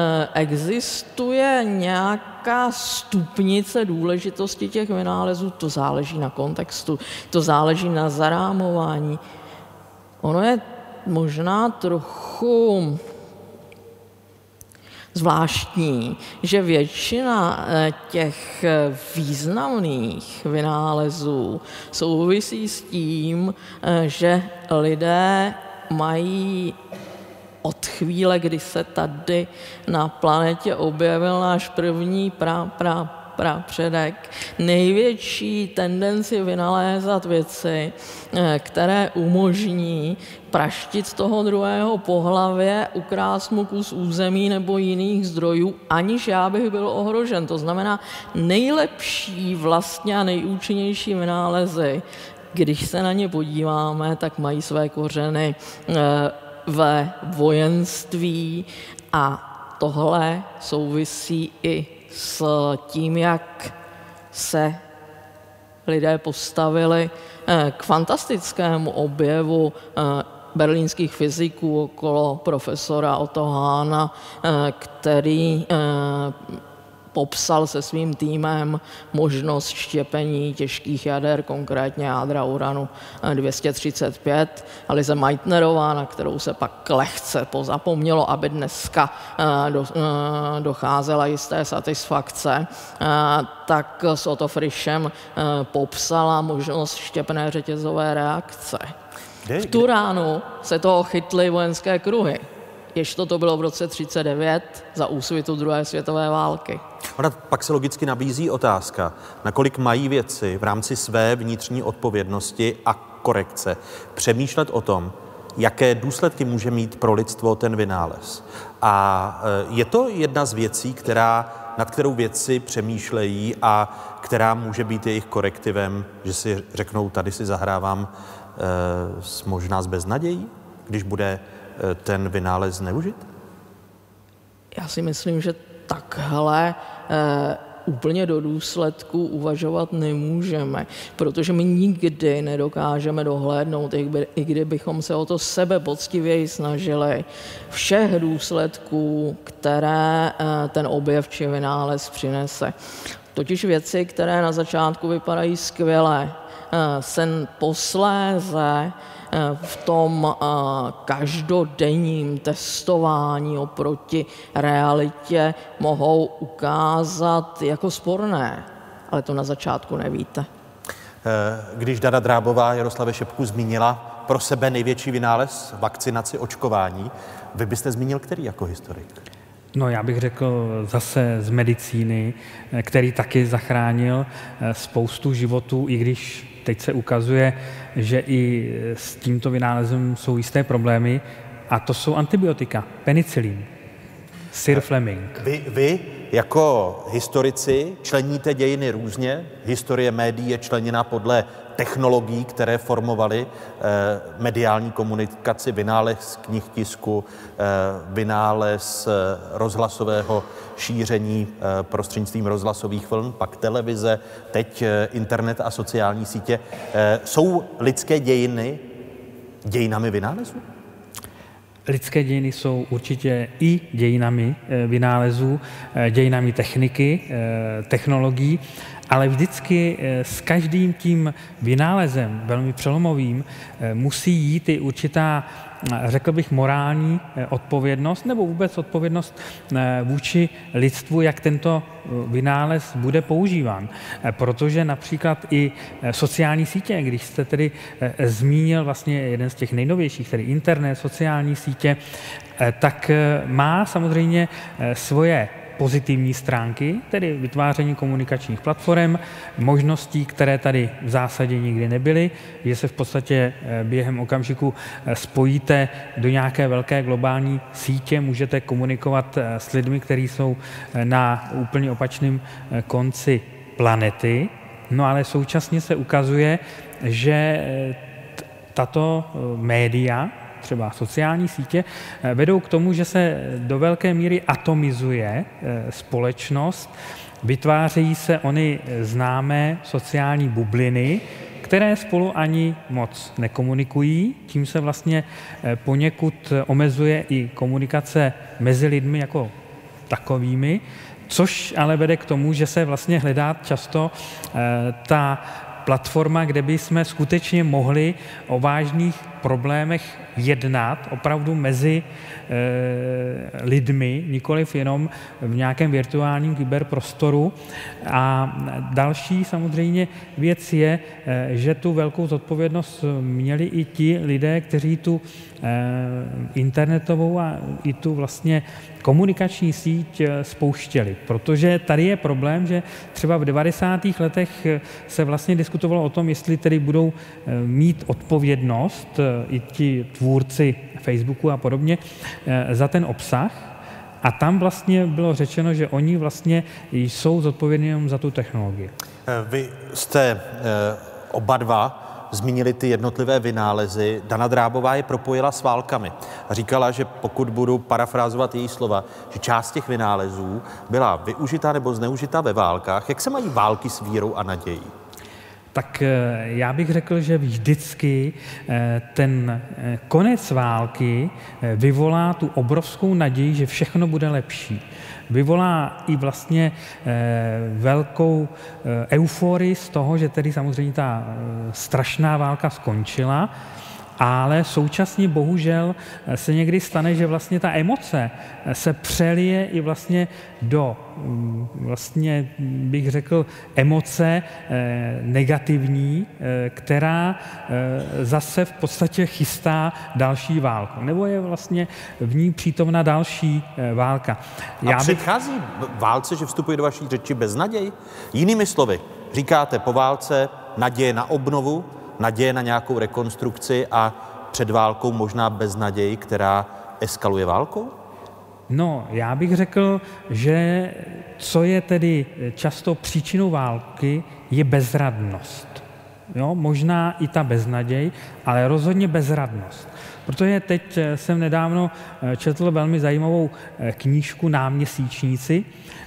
existuje nějaká stupnice důležitosti těch vynálezů, to záleží na kontextu, to záleží na zarámování. Ono je možná trochu zvláštní, že většina těch významných vynálezů souvisí s tím, že lidé mají od chvíle, kdy se tady na planetě objevil náš první pra, pra, prapředek, největší tendenci vynalézat věci, které umožní praštit toho druhého pohlavě, ukrást mu kus území nebo jiných zdrojů, aniž já bych byl ohrožen. To znamená, nejlepší vlastně a nejúčinnější vynálezy, když se na ně podíváme, tak mají své kořeny ve vojenství a tohle souvisí i s tím, jak se lidé postavili k fantastickému objevu berlínských fyziků okolo profesora Otto Hahna, který popsal se svým týmem možnost štěpení těžkých jader, konkrétně jádra uranu dvě stě třicet pět. Alice Meitnerová, na kterou se pak lehce pozapomnělo, aby dneska do, docházela jisté satisfakce, tak s Otto Frischem popsala možnost štěpné řetězové reakce. V Turánu se toho chytly vojenské kruhy. Ještě to bylo v roce třicet devět za úsvitu druhé světové války. Ona pak se logicky nabízí otázka, nakolik mají věci v rámci své vnitřní odpovědnosti a korekce přemýšlet o tom, jaké důsledky může mít pro lidstvo ten vynález. A je to jedna z věcí, která, nad kterou vědci přemýšlejí a která může být jejich korektivem, že si řeknou, tady si zahrávám eh, možná s beznadějí, když bude ten vynález zneužit? Já si myslím, že takhle e, úplně do důsledku uvažovat nemůžeme, protože my nikdy nedokážeme dohlédnout, i kdybychom se o to sebepoctivěji snažili, všech důsledků, které e, ten objev či vynález přinese. Totiž věci, které na začátku vypadají skvěle, e, se posléze v tom každodenním testování oproti realitě mohou ukázat jako sporné, ale to na začátku nevíte. Když Dana Drábová Jaroslave Šepku zmínila pro sebe největší vynález vakcinaci, očkování, vy byste zmínil který jako historik? No, já bych řekl zase z medicíny, který taky zachránil spoustu životů, i když teď se ukazuje, že i s tímto vynálezem jsou jisté problémy, a to jsou antibiotika, penicilin, Sir Fleming. Vy, vy jako historici členíte dějiny různě. Historie médií je členěna podle technologií, které formovaly eh, mediální komunikaci, vynález knih tisku, eh, vynález eh, rozhlasového šíření eh, prostřednictvím rozhlasových vln, pak televize, teď eh, internet a sociální sítě. Eh, jsou lidské dějiny dějinami vynálezů? Lidské dějiny jsou určitě i dějinami vynálezů, dějinami techniky, technologií, ale vždycky s každým tím vynálezem, velmi přelomovým, musí jít i určitá, řekl bych, morální odpovědnost nebo vůbec odpovědnost vůči lidstvu, jak tento vynález bude používán. Protože například i sociální sítě, když jste tedy zmínil vlastně jeden z těch nejnovějších, tedy internet, sociální sítě, tak má samozřejmě svoje pozitivní stránky, tedy vytváření komunikačních platform, možností, které tady v zásadě nikdy nebyly, že se v podstatě během okamžiku spojíte do nějaké velké globální sítě, můžete komunikovat s lidmi, kteří jsou na úplně opačném konci planety, no ale současně se ukazuje, že tato média, třeba sociální sítě, vedou k tomu, že se do velké míry atomizuje společnost, vytvářejí se ony známé sociální bubliny, které spolu ani moc nekomunikují, tím se vlastně poněkud omezuje i komunikace mezi lidmi jako takovými, což ale vede k tomu, že se vlastně hledá často ta platforma, kde by jsme skutečně mohli o vážných problémech jednat opravdu mezi e, lidmi, nikoliv jenom v nějakém virtuálním kyberprostoru. A další samozřejmě věc je, e, že tu velkou zodpovědnost měli i ti lidé, kteří tu e, internetovou a i tu vlastně komunikační síť spouštěli. Protože tady je problém, že třeba v devadesátých letech se vlastně diskutovalo o tom, jestli tedy budou mít odpovědnost i ti tvůrci Facebooku a podobně za ten obsah. A tam vlastně bylo řečeno, že oni vlastně jsou zodpovědní jenom za tu technologii. Vy jste oba dva zmínili ty jednotlivé vynálezy. Dana Drábová je propojila s válkami a říkala, že pokud budu parafrázovat její slova, že část těch vynálezů byla využita nebo zneužita ve válkách. Jak se mají války s vírou a nadějí? tak já bych řekl, že vždycky ten konec války vyvolá tu obrovskou naději, že všechno bude lepší. Vyvolá i vlastně velkou euforii z toho, že tedy samozřejmě ta strašná válka skončila, ale současně bohužel se někdy stane, že vlastně ta emoce se přelije i vlastně do, vlastně bych řekl, emoce negativní, která zase v podstatě chystá další válku. Nebo je vlastně v ní přítomna další válka. Já A předchází bych... válce, že vstupuje do vaší řeči beznaděj? Jinými slovy, říkáte po válce naděje na obnovu, naděje na nějakou rekonstrukci a před válkou možná beznaděj, která eskaluje válkou? No, já bych řekl, že co je tedy často příčinou války, je bezradnost. Jo, možná i ta beznaděj, ale rozhodně bezradnost. Protože teď jsem nedávno četl velmi zajímavou knížku Náměsíčníci,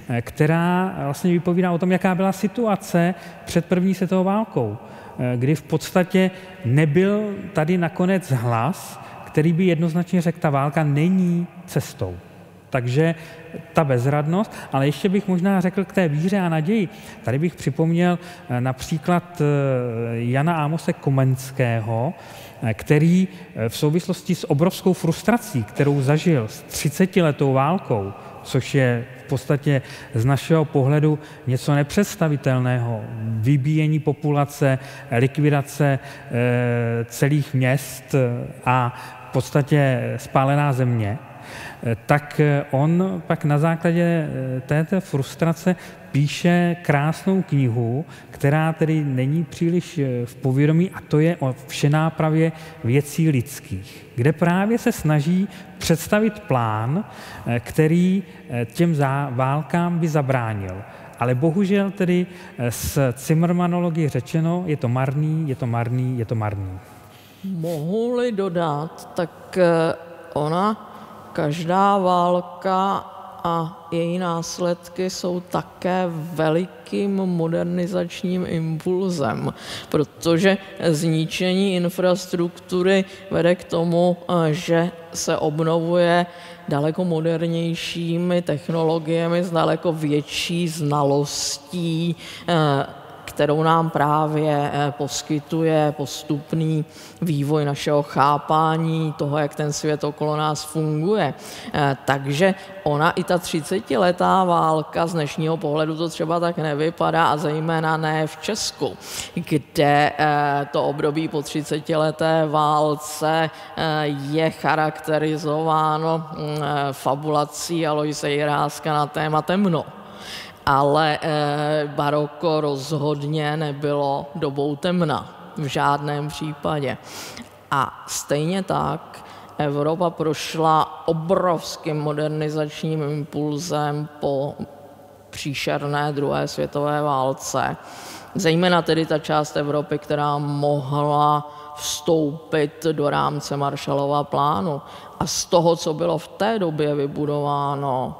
která vlastně vypovídá o tom, jaká byla situace před první světovou válkou, kdy v podstatě nebyl tady nakonec hlas, který by jednoznačně řekl, ta válka není cestou. Takže ta bezradnost, ale ještě bych možná řekl k té víře a naději. Tady bych připomněl například Jana Amose Komenského, který v souvislosti s obrovskou frustrací, kterou zažil s třicetiletou válkou, což je v podstatě z našeho pohledu něco nepředstavitelného. Vybíjení populace, likvidace e, celých měst a v podstatě spálená země, tak on pak na základě této frustrace píše krásnou knihu, která tedy není příliš v povědomí, a to je o všenápravě věcí lidských, kde právě se snaží představit plán, který těm válkám by zabránil. Ale bohužel tedy z Zimmermanologie řečeno, je to marný, je to marný, je to marný. Mohu-li dodat, tak ona, každá válka a její následky jsou také velikým modernizačním impulzem, protože zničení infrastruktury vede k tomu, že se obnovuje daleko modernějšími technologiemi s daleko větší znalostí, kterou nám právě poskytuje postupný vývoj našeho chápání toho, jak ten svět okolo nás funguje. Takže ona i ta třicetiletá válka, z dnešního pohledu to třeba tak nevypadá, a zejména ne v Česku, kde to období po třicetileté válce je charakterizováno fabulací Aloise Jiráska na téma temno. Ale e, baroko rozhodně nebylo dobou temna, v žádném případě. A stejně tak Evropa prošla obrovským modernizačním impulzem po příšerné druhé světové válce. Zejména tedy ta část Evropy, která mohla vstoupit do rámce Marshallova plánu. A z toho, co bylo v té době vybudováno,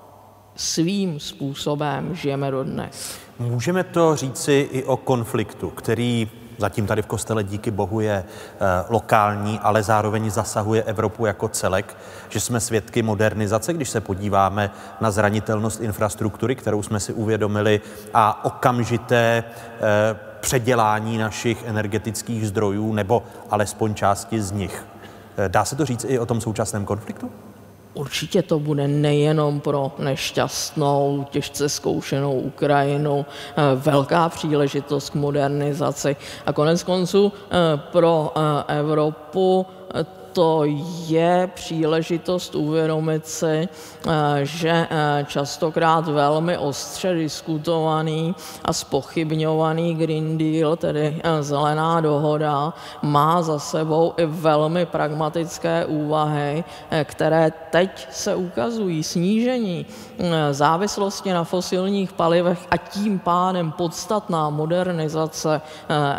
svým způsobem žijeme dodnes. Můžeme to říci i o konfliktu, který zatím tady v kostele díky Bohu je e, lokální, ale zároveň zasahuje Evropu jako celek, že jsme svědky modernizace, když se podíváme na zranitelnost infrastruktury, kterou jsme si uvědomili, a okamžité e, předělání našich energetických zdrojů, nebo alespoň části z nich. E, dá se to říct i o tom současném konfliktu? Určitě to bude nejenom pro nešťastnou, těžce zkoušenou Ukrajinu velká příležitost k modernizaci. A konec konců pro Evropu to je příležitost uvědomit si, že častokrát velmi ostře diskutovaný a zpochybňovaný Green Deal, tedy zelená dohoda, má za sebou i velmi pragmatické úvahy, které teď se ukazují. Snížení závislosti na fosilních palivech a tím pádem podstatná modernizace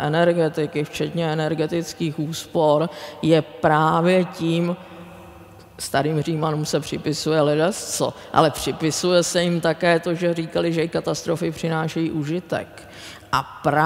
energetiky, včetně energetických úspor, je právě tím starým Římanům se připisuje ledasco, ale připisuje se jim také to, že říkali, že i katastrofy přinášejí užitek. A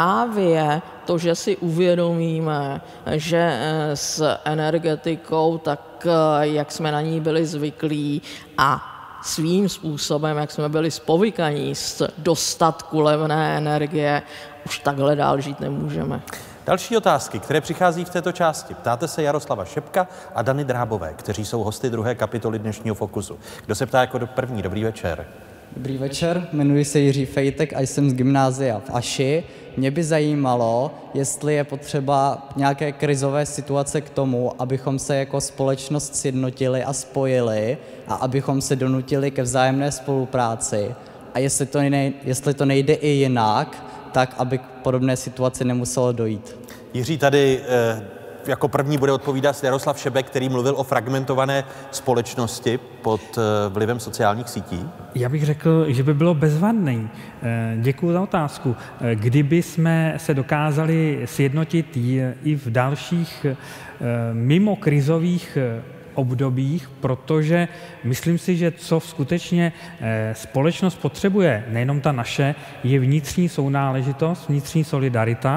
právě to, že si uvědomíme, že s energetikou, tak jak jsme na ní byli zvyklí a svým způsobem, jak jsme byli spovykaní z dostatku levné energie, už takhle dál žít nemůžeme. Další otázky, které přichází v této části. Ptáte se Jaroslava Šepka a Dany Drábové, kteří jsou hosty druhé kapitoly dnešního Fokusu. Kdo se ptá jako do první? Dobrý večer. Dobrý večer, jmenuji se Jiří Fejtek a jsem z gymnázia v Aši. Mě by zajímalo, jestli je potřeba nějaké krizové situace k tomu, abychom se jako společnost sjednotili a spojili a abychom se donutili ke vzájemné spolupráci. A jestli to, nej, jestli to nejde i jinak, tak aby k podobné situaci nemuselo dojít. Jiří, tady eh, jako první bude odpovídat Jaroslav Šebek, který mluvil o fragmentované společnosti pod eh, vlivem sociálních sítí. Já bych řekl, že by bylo bezvadný. Děkuji za otázku. Kdyby jsme se dokázali sjednotit i v dalších mimo krizových obdobích, protože myslím si, že co skutečně společnost potřebuje, nejenom ta naše, je vnitřní sounáležitost, vnitřní solidarita.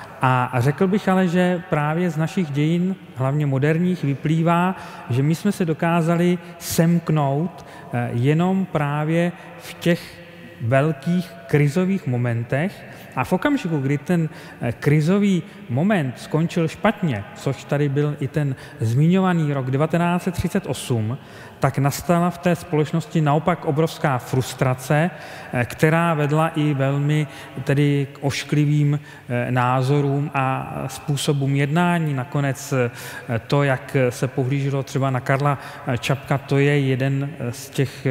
A řekl bych ale, že právě z našich dějin, hlavně moderních, vyplývá, že my jsme se dokázali semknout jenom právě v těch velkých krizových momentech a v okamžiku, kdy ten krizový moment skončil špatně, což tady byl i ten zmiňovaný rok devatenáct set třicet osm, tak nastala v té společnosti naopak obrovská frustrace, která vedla i velmi tedy k ošklivým názorům a způsobům jednání. Nakonec to, jak se pohlíželo třeba na Karla Čapka, to je jeden z těch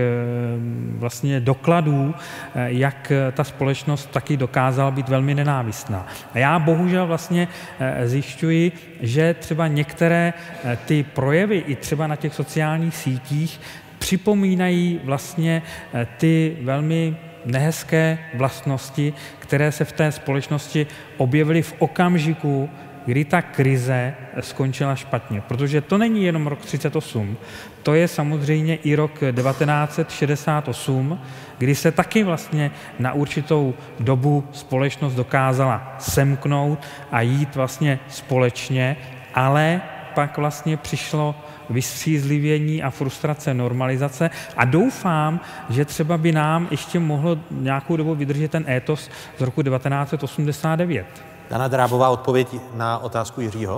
vlastně dokladů, jak ta společnost taky dokázala být velmi nenávistná. A já bohužel vlastně zjišťuji, že třeba některé ty projevy i třeba na těch sociálních sítích připomínají vlastně ty velmi nehezké vlastnosti, které se v té společnosti objevily v okamžiku, kdy ta krize skončila špatně. Protože to není jenom rok třicet osm, to je samozřejmě i rok devatenáct set šedesát osm, kdy se taky vlastně na určitou dobu společnost dokázala semknout a jít vlastně společně, ale pak vlastně přišlo vystřízlivění a frustrace normalizace a doufám, že třeba by nám ještě mohlo nějakou dobu vydržet ten étos z roku devatenáct set osmdesát devět. Dana Drábová, odpověď na otázku Jiřího.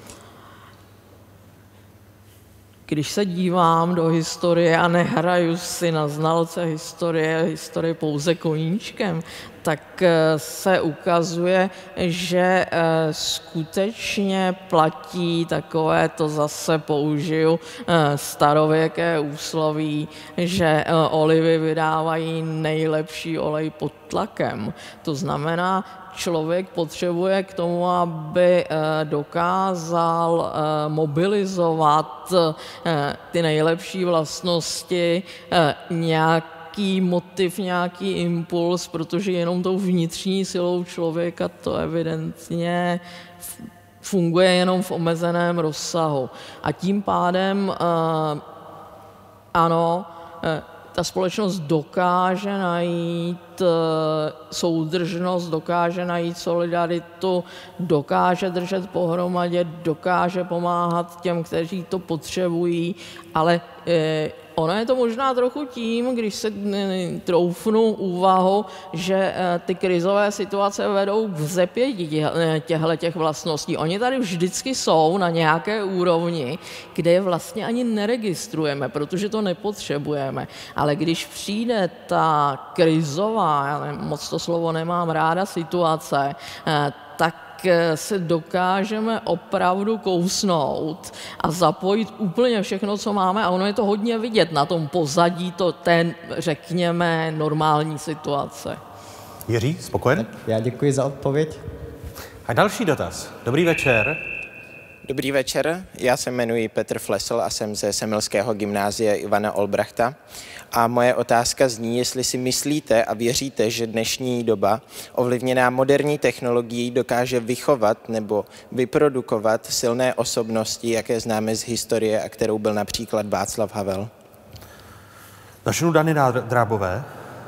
Když se dívám do historie a nehraju si na znalce historie, historie pouze koníčkem, tak se ukazuje, že skutečně platí takové, to zase použiju, starověké úsloví, že olivy vydávají nejlepší olej pod tlakem. To znamená, člověk potřebuje k tomu, aby dokázal mobilizovat ty nejlepší vlastnosti, nějaký motiv, nějaký impuls, protože jenom tou vnitřní silou člověka to evidentně funguje jenom v omezeném rozsahu. A tím pádem ano, ta společnost dokáže najít soudržnost, dokáže najít solidaritu, dokáže držet pohromadě, dokáže pomáhat těm, kteří to potřebují, ale ono je to možná trochu tím, když se troufnu úvahu, že ty krizové situace vedou k vzepětí těchto těch vlastností. Oni tady vždycky jsou na nějaké úrovni, kde je vlastně ani neregistrujeme, protože to nepotřebujeme. Ale když přijde ta krizová, já ne, moc to slovo nemám ráda, situace, tak se dokážeme opravdu kousnout a zapojit úplně všechno, co máme a ono je to hodně vidět na tom pozadí to ten, řekněme, normální situace. Jiří, spokojen? Já děkuji za odpověď. A další dotaz. Dobrý večer. Dobrý večer, já se jmenuji Petr Flesl a jsem ze Semilského gymnázia Ivana Olbrachta. A moje otázka zní, jestli si myslíte a věříte, že dnešní doba ovlivněná moderní technologií dokáže vychovat nebo vyprodukovat silné osobnosti, jaké známe z historie a kterou byl například Václav Havel. Začnu Dany Drábové.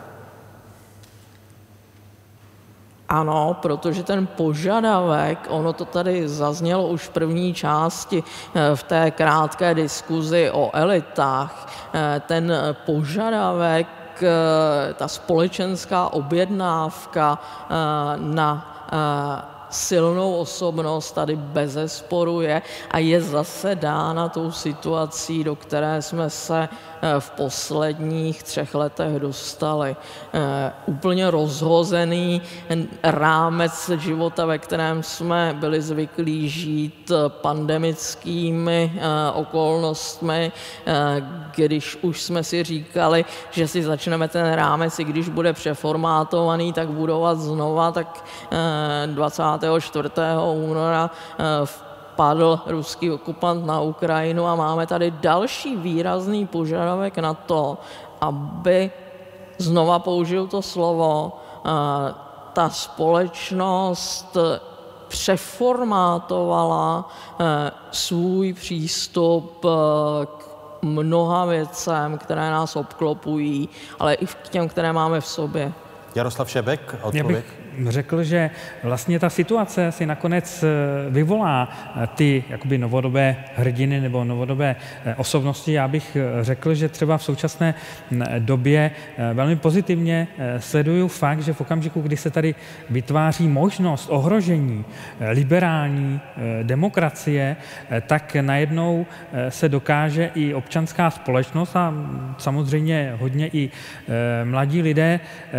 Ano, protože ten požadavek, ono to tady zaznělo už v první části v té krátké diskuzi o elitách, ten požadavek, ta společenská objednávka na silnou osobnost tady bezesporu je a je zase dána tou situací, do které jsme se v posledních třech letech dostali. Úplně rozhozený rámec života, ve kterém jsme byli zvyklí žít pandemickými okolnostmi, když už jsme si říkali, že si začneme ten rámec, i když bude přeformátovaný, tak budovat znova, tak dvacátého čtvrtého února padl ruský okupant na Ukrajinu a máme tady další výrazný požadavek na to, aby, znova použiju to slovo, ta společnost přeformátovala svůj přístup k mnoha věcem, které nás obklopují, ale i k těm, které máme v sobě. Jaroslav Šebek, odpověď. Já bych řekl, že vlastně ta situace si nakonec vyvolá ty jakoby novodobé hrdiny nebo novodobé osobnosti. Já bych řekl, že třeba v současné době velmi pozitivně sleduju fakt, že v okamžiku, kdy se tady vytváří možnost ohrožení liberální demokracie, tak najednou se dokáže i občanská společnost a samozřejmě hodně i mladí lidé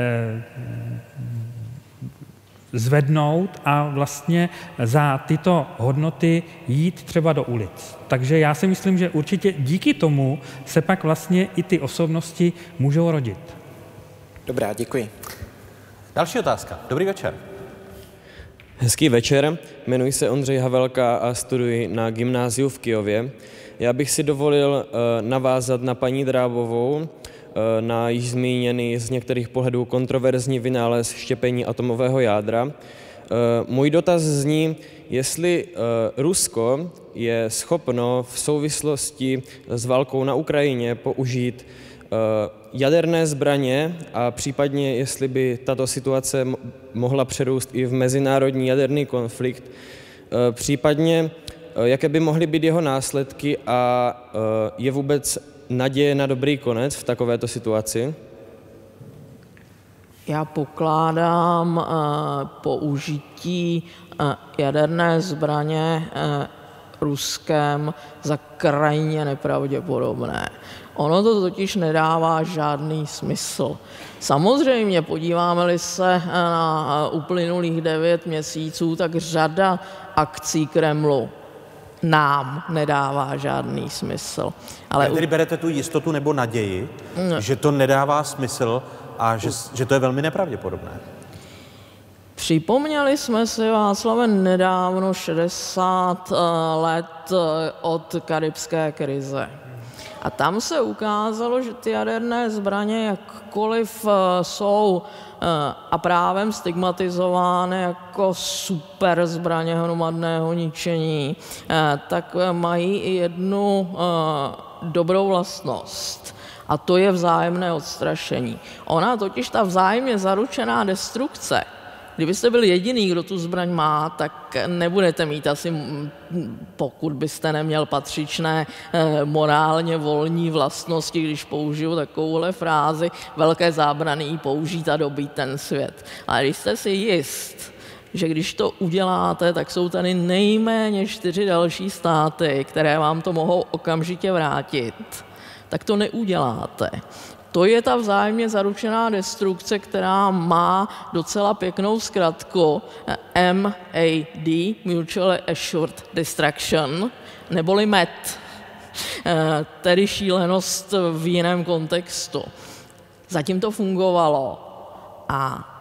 zvednout a vlastně za tyto hodnoty jít třeba do ulic. Takže já si myslím, že určitě díky tomu se pak vlastně i ty osobnosti můžou rodit. Dobrá, děkuji. Další otázka. Dobrý večer. Hezký večer, jmenuji se Ondřej Havelka a studuji na gymnáziu v Kyjově. Já bych si dovolil navázat na paní Drábovou, na již zmíněný z některých pohledů kontroverzní vynález štěpení atomového jádra. Můj dotaz zní, jestli Rusko je schopno v souvislosti s válkou na Ukrajině použít jaderné zbraně a případně, jestli by tato situace mohla přerůst i v mezinárodní jaderný konflikt, případně jaké by mohly být jeho následky a je vůbec naděje na dobrý konec v takovéto situaci? Já pokládám uh, použití uh, jaderné zbraně uh, Ruskem za krajně nepravděpodobné. Ono to totiž nedává žádný smysl. Samozřejmě, podíváme-li se na uplynulých devět měsíců, tak řada akcí Kremlu nám nedává žádný smysl. Ale tedy berete tu jistotu nebo naději, no. že to nedává smysl a že, že to je velmi nepravděpodobné? Připomněli jsme si, Václave, nedávno šedesát let od karibské krize. A tam se ukázalo, že ty jaderné zbraně, jakkoliv jsou a právem stigmatizovány jako super zbraně hromadného ničení, tak mají i jednu dobrou vlastnost. A to je vzájemné odstrašení. Ona totiž ta vzájemně zaručená destrukce, kdybyste byl jediný, kdo tu zbraň má, tak nebudete mít asi, pokud byste neměl patřičné morálně volní vlastnosti, když použiju takovouhle frázi, velké zábrany jí použít a dobít ten svět. Ale když jste si jist, že když to uděláte, tak jsou tady nejméně čtyři další státy, které vám to mohou okamžitě vrátit, tak to neuděláte. To je ta vzájemně zaručená destrukce, která má docela pěknou zkratku M A D, Mutually Assured Destruction, neboli M A D, tedy šílenost v jiném kontextu. Zatím to fungovalo a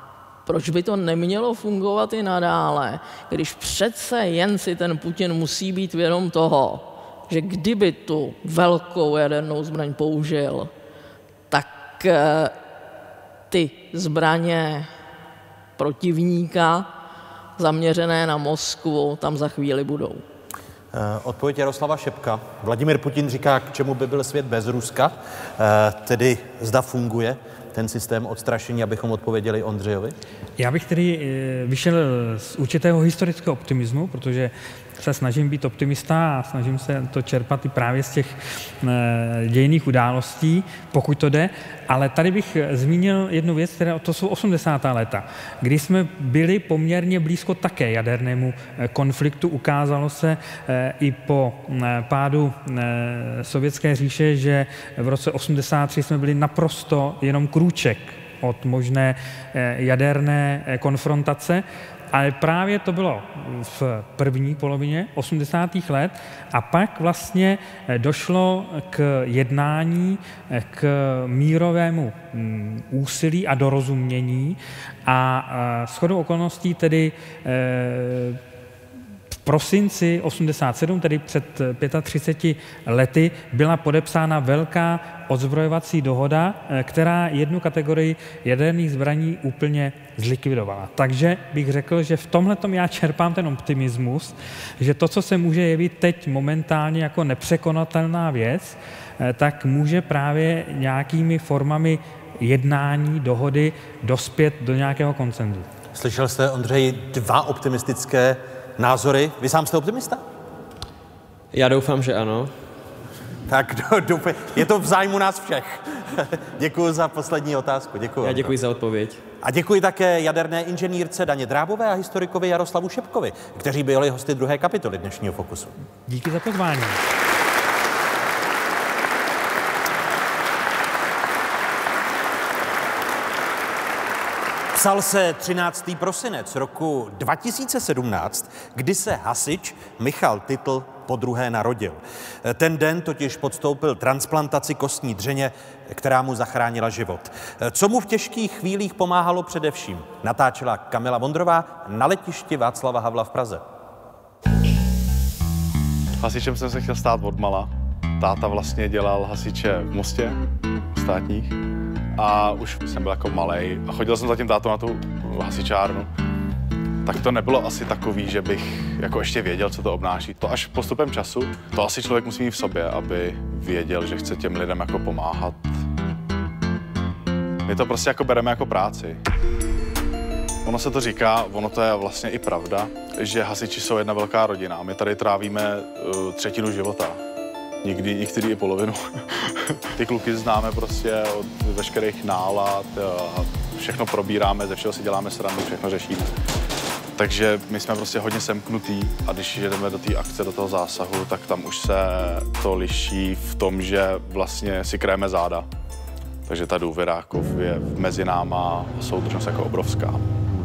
proč by to nemělo fungovat i nadále, když přece jen si ten Putin musí být vědom toho, že kdyby tu velkou jadernou zbraň použil, tak ty zbraně protivníka zaměřené na Moskvu tam za chvíli budou. Odpověď Jaroslava Šebka. Vladimír Putin říká, k čemu by byl svět bez Ruska, tedy zda funguje ten systém odstrašení, abychom odpověděli Ondřejovi? Já bych tedy vyšel z určitého historického optimismu, protože se snažím být optimista a snažím se to čerpat i právě z těch dějinných událostí, pokud to jde. Ale tady bych zmínil jednu věc, která to jsou osmdesátá léta, kdy jsme byli poměrně blízko také jadernému konfliktu. Ukázalo se i po pádu Sovětské říše, že v roce osmdesát tři jsme byli naprosto jenom krůček od možné jaderné konfrontace. Ale právě to bylo v první polovině osmdesátých let a pak vlastně došlo k jednání, k mírovému úsilí a dorozumění a shodou okolností tedy v prosinci osmdesát sedm, tedy před třiceti pěti lety, byla podepsána velká odzbrojovací dohoda, která jednu kategorii jaderných zbraní úplně zlikvidovala. Takže bych řekl, že v tomhletom já čerpám ten optimismus, že to, co se může jevit teď momentálně jako nepřekonatelná věc, tak může právě nějakými formami jednání, dohody dospět do nějakého konsenzu. Slyšel jste, Ondřej, dva optimistické názory. Vy sám jste optimista? Já doufám, že ano. Tak doufám, je to v zájmu nás všech. Děkuji za poslední otázku. Děkuji. Já děkuji za odpověď. A děkuji také jaderné inženýrce Daně Drábové a historikovi Jaroslavu Šebkovi, kteří byli hosty druhé kapitoly dnešního Fokusu. Díky za pozvání. Psal se třináctého prosince roku dva tisíce sedmnáct, kdy se hasič Michal Titl podruhé narodil. Ten den totiž podstoupil transplantaci kostní dřeně, která mu zachránila život. Co mu v těžkých chvílích pomáhalo především, natáčela Kamila Vondrová na letišti Václava Havla v Praze. Hasičem jsem se chtěl stát odmala. Táta vlastně dělal hasiče v Mostě, v státních. A už jsem byl jako malej a chodil jsem za tím tátou na tu hasičárnu. Tak to nebylo asi takový, že bych jako ještě věděl, co to obnáší. To až postupem času, to asi člověk musí mít v sobě, aby věděl, že chce těm lidem jako pomáhat. My to prostě jako bereme jako práci. Ono se to říká, ono to je vlastně i pravda, že hasiči jsou jedna velká rodina a my tady trávíme uh, třetinu života. Někdy, některý i polovinu. Ty kluky známe prostě od veškerých nálad, všechno probíráme, ze všeho si děláme srandu, všechno řešíme. Takže my jsme prostě hodně semknutý a když jdeme do té akce, do toho zásahu, tak tam už se to liší v tom, že vlastně si kréme záda. Takže ta důvěra jako je mezi náma a soudržnost jako obrovská.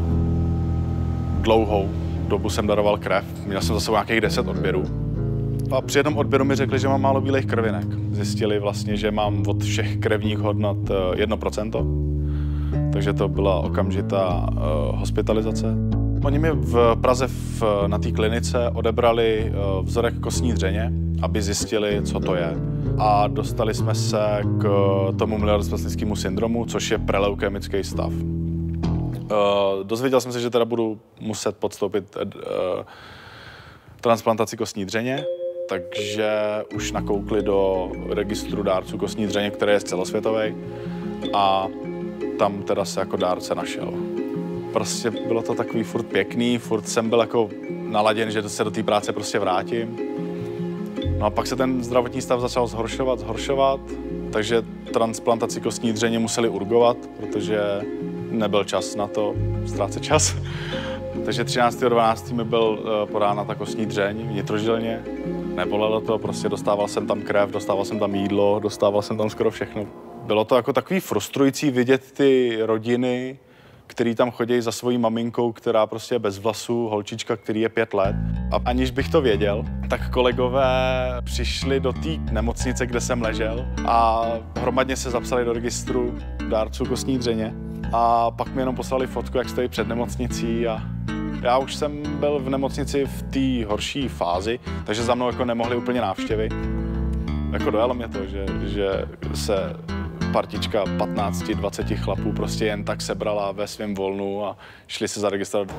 Dlouhou dobu jsem daroval krev, měl jsem za sebou nějakých deset odběrů. A při jednom odběru mi řekli, že mám málo bílých krvinek. Zjistili vlastně, že mám od všech krevních hodnot jedno procento. Takže to byla okamžitá uh, hospitalizace. Oni mi v Praze v, na té klinice odebrali uh, vzorek kostní dřeně, aby zjistili, co to je. A dostali jsme se k tomu myelodysplastickému syndromu, což je preleukemický stav. Uh, dozvěděl jsem se, že teda budu muset podstoupit uh, transplantaci kostní dřeně, takže už nakoukli do registru dárců kostní dřeně, který je celosvětový, a tam teda se jako dárce našel. Prostě bylo to takový furt pěkný, furt jsem byl jako naladěn, že se do té práce prostě vrátím. No a pak se ten zdravotní stav začal zhoršovat, zhoršovat, takže transplantaci kostní dřeně museli urgovat, protože nebyl čas na to, ztrácet čas. Takže třináctého dvanáctého mi byl podána ta kostní dřeň vnitrožilně. Nebolelo to, prostě dostával jsem tam krev, dostával jsem tam jídlo, dostával jsem tam skoro všechno. Bylo to jako takový frustrující vidět ty rodiny, který tam chodí za svojí maminkou, která prostě je bez vlasů, holčička, který je pět let. A aniž bych to věděl, tak kolegové přišli do té nemocnice, kde jsem ležel, a hromadně se zapsali do registru dárců kostní dřeně. a pak mi jenom poslali fotku, jak stojí před nemocnicí a já už jsem byl v nemocnici v té horší fázi, takže za mnou jako nemohli úplně návštěvy. Jako dojalo mě to, že, že se partička patnáct dvacet chlapů prostě jen tak sebrala ve svém volnu a šli se zaregistrovat.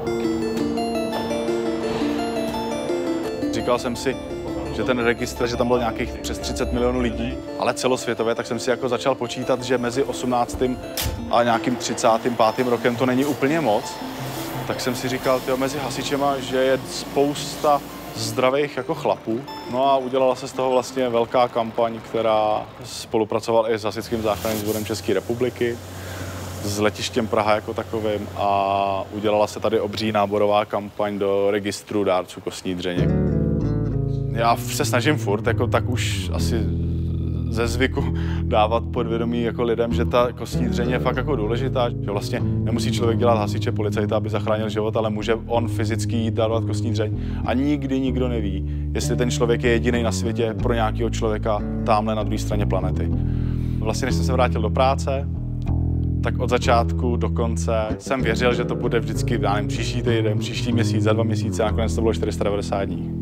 Říkal jsem si, že ten registr, že tam bylo nějakých přes třicet milionů lidí, ale celosvětově, tak jsem si jako začal počítat, že mezi osmnáctým a nějakým třicátým pátým rokem to není úplně moc. Tak jsem si říkal, tyjo, mezi hasičema, že je spousta zdravých jako chlapů. No a udělala se z toho vlastně velká kampaň, která spolupracovala i s Hasičským záchranným sborem České republiky, s letištěm Praha jako takovým a udělala se tady obří náborová kampaň do registru dárců kostní dřeně. Já se snažím furt, jako tak už asi ze zvyku dávat podvědomí jako lidem, že ta kostní dřeň je fakt jako důležitá, že vlastně nemusí člověk dělat hasiče, policajta, aby zachránil život, ale může on fyzicky jít dávat kostní dřeň a nikdy nikdo neví, jestli ten člověk je jediný na světě pro nějakého člověka tamhle na druhé straně planety. Vlastně, než jsem se vrátil do práce, tak od začátku do konce jsem věřil, že to bude vždycky, já nevím, příští týden, příští měsíc, za dva měsíce, a nakonec to bylo čtyři sta devadesát dní.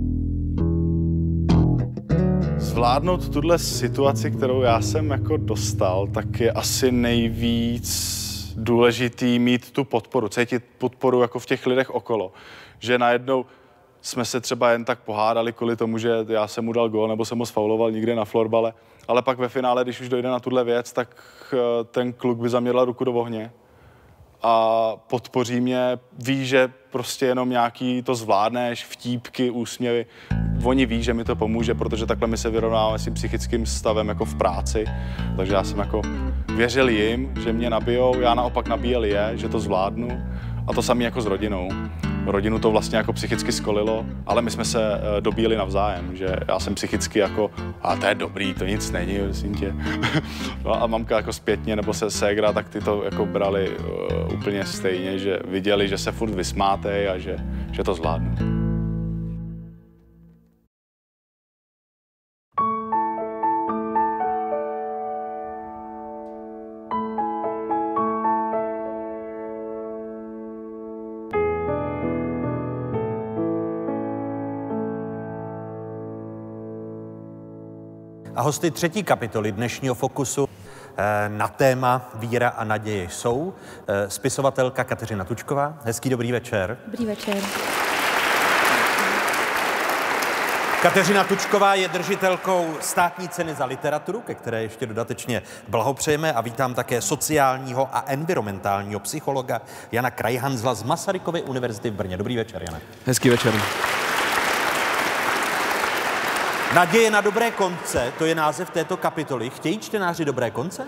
Zvládnout tuhle situaci, kterou já jsem jako dostal, tak je asi nejvíc důležitý mít tu podporu, cítit podporu jako v těch lidech okolo. Že najednou jsme se třeba jen tak pohádali kvůli tomu, že já jsem mu dal gól nebo jsem ho sfauloval někde na florbale, ale pak ve finále, když už dojde na tuhle věc, tak ten kluk by za mě dal ruku do ohně a podpoří mě, ví, že prostě jenom nějaký to zvládneš, vtípky, úsměvy. Oni ví, že mi to pomůže, protože takhle my se vyrovnáváme s tím psychickým stavem jako v práci. Takže já jsem jako věřil jim, že mě nabijou, já naopak nabíjel je, že to zvládnu. A to samé jako s rodinou. Rodinu to vlastně jako psychicky skolilo, ale my jsme se dobíjeli navzájem, že já jsem psychicky jako, a to je dobrý, to nic není, myslím tě. No a mamka jako zpětně, nebo se ségra, tak ty to jako brali uh, úplně stejně, že viděli, že se furt vysmátej a že, že to zvládnu. A hosty třetí kapitoly dnešního Fokusu na téma víra a naděje jsou spisovatelka Kateřina Tučková. Hezký dobrý večer. Dobrý večer. Kateřina Tučková je držitelkou státní ceny za literaturu, ke které ještě dodatečně blahopřejeme, a vítám také sociálního a environmentálního psychologa Jana Krajhanzla z Masarykovy univerzity v Brně. Dobrý večer, Jane. Hezký večer. Naděje na dobré konce, to je název této kapitoly. Chtějí čtenáři dobré konce?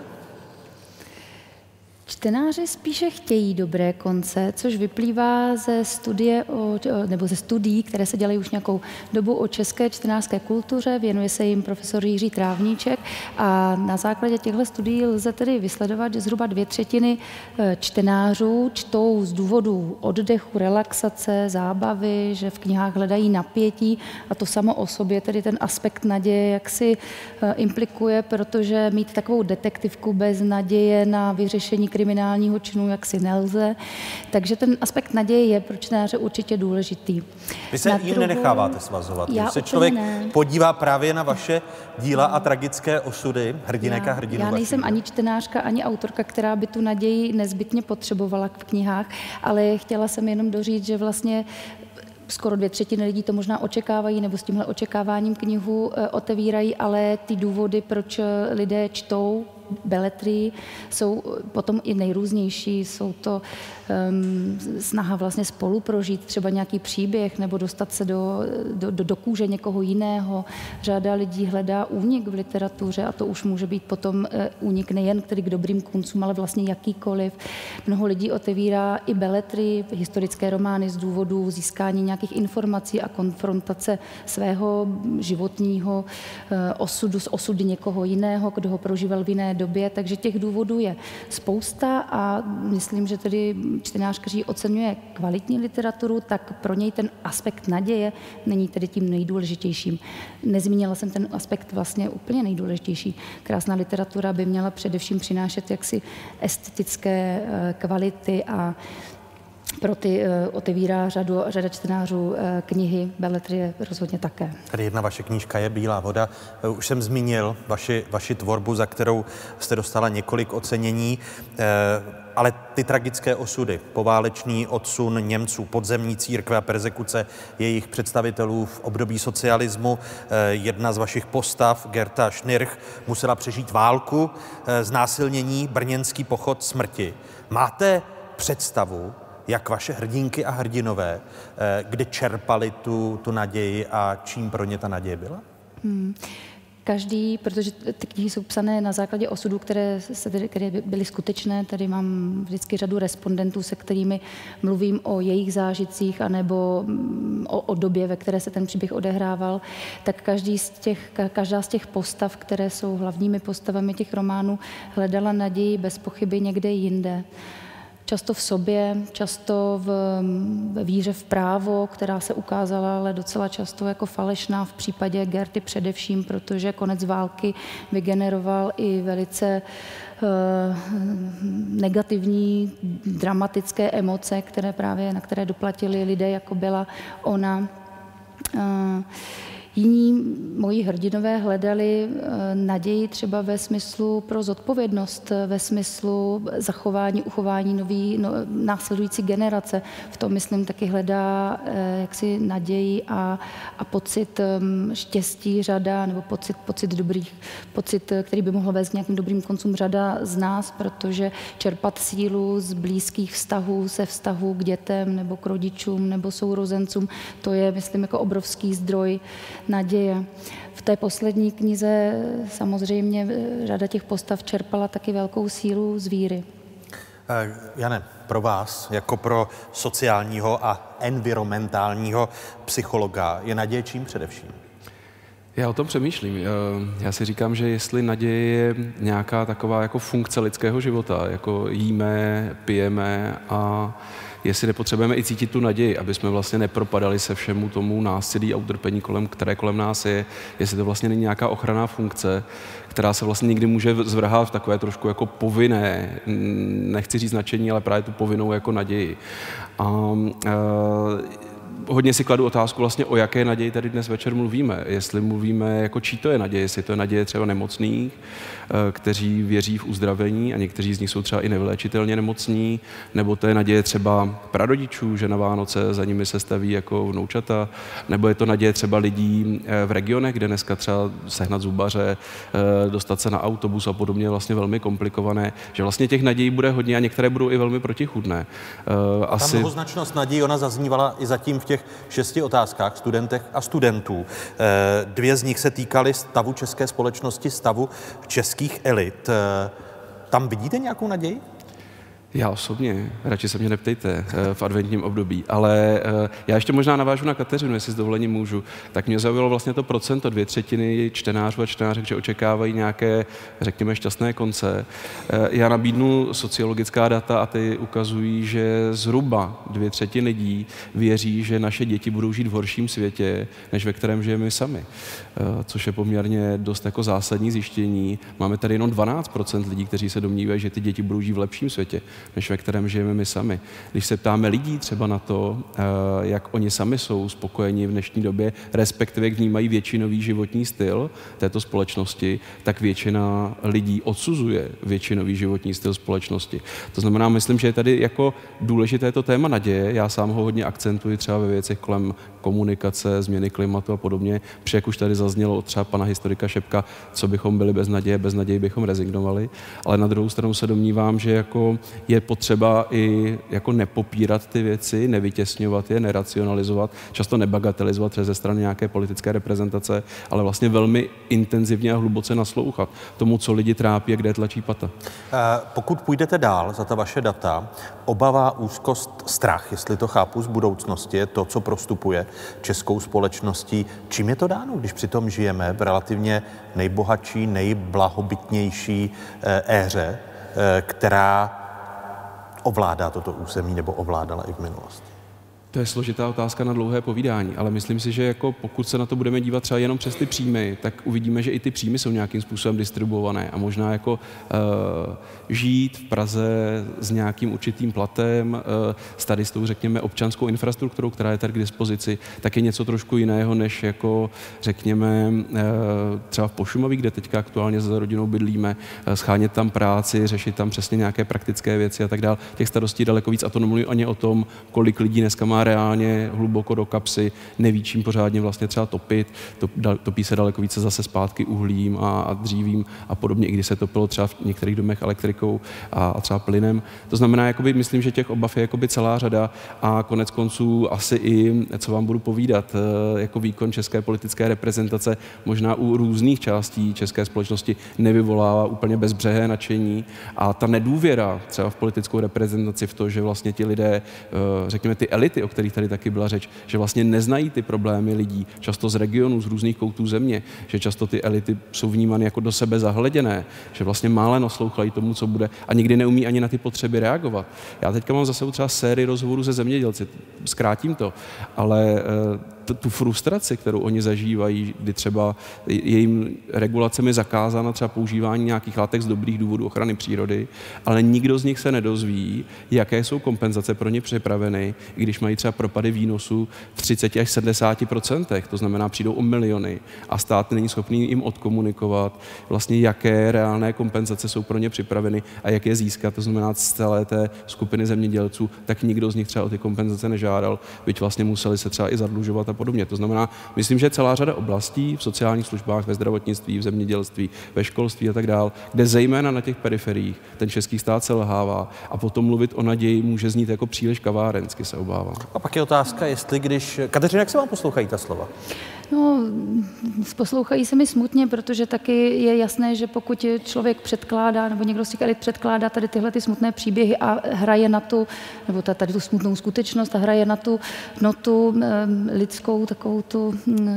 Čtenáři spíše chtějí dobré konce, což vyplývá ze studie o, nebo ze studií, které se dělají už nějakou dobu o české čtenářské kultuře. Věnuje se jim profesor Jiří Trávníček a na základě těchto studií lze tedy vysledovat, že zhruba dvě třetiny čtenářů čtou z důvodu oddechu, relaxace, zábavy, že v knihách hledají napětí, a to samo o sobě tedy ten aspekt naděje jaksi implikuje, protože mít takovou detektivku bez naděje na vyřešení kriminálního činu jaksi nelze. Takže ten aspekt naděje je pro čtenáře určitě důležitý. Vy se jim nenecháváte svazovat. Když se člověk ne. podívá právě na vaše díla a tragické osudy hrdinek já, a hrdinů. Já nejsem ani čtenářka, ani autorka, která by tu naději nezbytně potřebovala v knihách, ale chtěla jsem jenom doříct, že vlastně skoro dvě třetiny lidí to možná očekávají nebo s tímhle očekáváním knihu otevírají, ale ty důvody, proč lidé čtou beletrii, jsou potom i nejrůznější. Jsou to um, snaha vlastně spolu prožít třeba nějaký příběh nebo dostat se do, do, do, do kůže někoho jiného. Řada lidí hledá únik v literatuře a to už může být potom uh, únik nejen tedy k dobrým koncům, ale vlastně jakýkoliv. Mnoho lidí otevírá i beletrii, historické romány z důvodu získání nějakých informací a konfrontace svého životního uh, osudu s osudy někoho jiného, kdo ho prožíval v jiné době, takže těch důvodů je spousta a myslím, že tedy čtenář, který oceňuje kvalitní literaturu, tak pro něj ten aspekt naděje není tedy tím nejdůležitějším. Nezmínila jsem ten aspekt vlastně úplně nejdůležitější. Krásná literatura by měla především přinášet jaksi estetické kvality a pro ty otevírá řadu, řada čtenářů knihy, beletrie rozhodně také. Tady jedna vaše knížka je Bílá voda. Už jsem zmínil vaši, vaši tvorbu, za kterou jste dostala několik ocenění, ale ty tragické osudy, poválečný odsun Němců, podzemní církve a perzekuce jejich představitelů v období socialismu. Jedna z vašich postav, Gerta Schnirch, musela přežít válku, znásilnění, brněnský pochod smrti. Máte představu, jak vaše hrdinky a hrdinové, kde čerpali tu, tu naději a čím pro ně ta naděje byla? Hmm. Každý, protože ty knihy jsou psané na základě osudů, které, se, které byly skutečné, tady mám vždycky řadu respondentů, se kterými mluvím o jejich zážitcích anebo o, o době, ve které se ten příběh odehrával, tak každý z těch, každá z těch postav, které jsou hlavními postavami těch románů, hledala naději bez pochyby někde jinde. Často v sobě, často v, v víře v právo, která se ukázala ale docela často jako falešná v případě Gerty především, protože konec války vygeneroval i velice uh, negativní, dramatické emoce, které právě, na které doplatili lidé, jako byla ona. Uh, Jiní moji hrdinové hledali naději třeba ve smyslu pro zodpovědnost, ve smyslu zachování, uchování nový, no, následující generace. V tom, myslím, taky hledá jaksi naději a, a pocit štěstí řada, nebo pocit, pocit dobrých, pocit, který by mohl vést k nějakým dobrým koncům řada z nás, protože čerpat sílu z blízkých vztahů, se vztahů k dětem nebo k rodičům nebo sourozencům, to je, myslím, jako obrovský zdroj naděje. V té poslední knize samozřejmě řada těch postav čerpala taky velkou sílu z víry. Jane, pro vás, jako pro sociálního a environmentálního psychologa, je naděje čím především? Já o tom přemýšlím. Já si říkám, že jestli naděje je nějaká taková jako funkce lidského života, jako jíme, pijeme a jestli nepotřebujeme i cítit tu naději, aby jsme vlastně nepropadali se všemu tomu násilí a utrpení, kolem, které kolem nás je, jestli to vlastně není nějaká ochranná funkce, která se vlastně někdy může zvrhat v takové trošku jako povinné, nechci říct značení, ale právě tu povinnou jako naději. A, a hodně si kladu otázku vlastně, o jaké naději tady dnes večer mluvíme. Jestli mluvíme, jako čí to je naděje, jestli to je naděje třeba nemocných, kteří věří v uzdravení a někteří z nich jsou třeba i nevyléčitelně nemocní, nebo to je naděje třeba prarodičů, že na Vánoce za nimi se staví jako vnoučata, nebo je to naděje třeba lidí v regionech, kde dneska třeba sehnat zubaře, dostat se na autobus a podobně vlastně velmi komplikované, že vlastně těch nadějí bude hodně a některé budou i velmi protichůdné. Asi... Ta mnohoznačnost nadějí, ona zaznívala i zatím v těch šesti otázkách studentech a studentů. Dvě z nich se týkaly stavu české společnosti, stavu českých elit. Tam vidíte nějakou naději? Já osobně, radši se mě neptejte v adventním období, ale já ještě možná navážu na Kateřinu, jestli s dovolením můžu. Tak mě zaujalo vlastně to procento, dvě třetiny čtenářů a čtenářek, že očekávají nějaké, řekněme, šťastné konce. Já nabídnu sociologická data a ty ukazují, že zhruba dvě třetiny lidí věří, že naše děti budou žít v horším světě, než ve kterém žijeme my sami. Což je poměrně dost jako zásadní zjištění. Máme tady jenom dvanáct procent lidí, kteří se domnívají, že ty děti budou žít v lepším světě, než ve kterém žijeme my sami. Když se ptáme lidí třeba na to, jak oni sami jsou spokojeni v dnešní době, respektive jak vnímají většinový životní styl této společnosti, tak většina lidí odsuzuje většinový životní styl společnosti. To znamená, myslím, že je tady jako důležité to téma naděje. Já sám ho hodně akcentuji třeba ve věcech kolem komunikace, změny klimatu a podobně, protože jak už tady zaznělo od třeba pana historika Šepka, co bychom byli bez naděje, bez naděje bychom rezignovali, ale na druhou stranu se domnívám, že jako je potřeba i jako nepopírat ty věci, nevytěsňovat je, neracionalizovat, často nebagatelizovat ze strany nějaké politické reprezentace, ale vlastně velmi intenzivně a hluboce naslouchat tomu, co lidi trápí a kde tlačí pata. Pokud půjdete dál za ta vaše data, obava, úzkost, strach, jestli to chápu z budoucnosti, je to, co prostupuje českou společností. Čím je to dáno, když přitom žijeme v relativně nejbohatší, nejblahobytnější éře, která ovládá toto území nebo ovládala i v minulosti? To je složitá otázka na dlouhé povídání, ale myslím si, že jako pokud se na to budeme dívat třeba jenom přes ty příjmy, tak uvidíme, že i ty příjmy jsou nějakým způsobem distribuované a možná jako uh, žít v Praze s nějakým určitým platem, uh, s tady s tou, řekněme, občanskou infrastrukturou, která je tady k dispozici, tak je něco trošku jiného, než jako, řekněme, uh, třeba v Pošumaví, kde teďka aktuálně za rodinou bydlíme, uh, schánět tam práci, řešit tam přesně nějaké praktické věci a tak dále. Těch starostí daleko víc a to nemluvím ani o tom, kolik lidí dneska má reálně hluboko do kapsy, neví čím pořádně vlastně třeba topit, topí se daleko více zase zpátky uhlím a, a dřívím a podobně, i když se topilo třeba v některých domech elektrikou a, a třeba plynem. To znamená, jakoby, myslím, že těch obav je jakoby celá řada a konec konců asi i, co vám budu povídat, jako výkon české politické reprezentace možná u různých částí české společnosti nevyvolává úplně bezbřehé nadšení a ta nedůvěra třeba v politickou reprezentaci v to, že vlastně ti lidé, řekněme ty elity, o kterých tady taky byla řeč, že vlastně neznají ty problémy lidí, často z regionů, z různých koutů země, že často ty elity jsou vnímány jako do sebe zahleděné, že vlastně mále naslouchají tomu, co bude a nikdy neumí ani na ty potřeby reagovat. Já teďka mám zase třeba sérii rozhovorů se zemědělci, zkrátím to, ale tu frustraci, kterou oni zažívají, kdy třeba jejím regulacemi zakázána třeba používání nějakých látek z dobrých důvodů ochrany přírody, ale nikdo z nich se nedozví, jaké jsou kompenzace pro ně připraveny, i když mají třeba propady výnosu v třicet až sedmdesát procentech, to znamená přijdou o miliony a stát není schopný jim odkomunikovat vlastně, jaké reálné kompenzace jsou pro ně připraveny a jak je získat, to znamená z celé té skupiny zemědělců, tak nikdo z nich třeba o ty kompenzace nežádal, byť vlastně museli se třeba i zadlužovat a podobně. To znamená, myslím, že celá řada oblastí v sociálních službách, ve zdravotnictví, v zemědělství, ve školství a tak dál, kde zejména na těch periferiích ten český stát selhává a potom mluvit o naději může znít jako příliš kavárensky, se obávám. A pak je otázka, jestli když... Kateřina, jak se vám poslouchají ta slova? No, poslouchají se mi smutně, protože taky je jasné, že pokud člověk předkládá, nebo někdo z těch elit předkládá tady tyhle ty smutné příběhy a hraje na tu, nebo tady tu smutnou skutečnost a hraje na tu notu lidskou, takovou tu,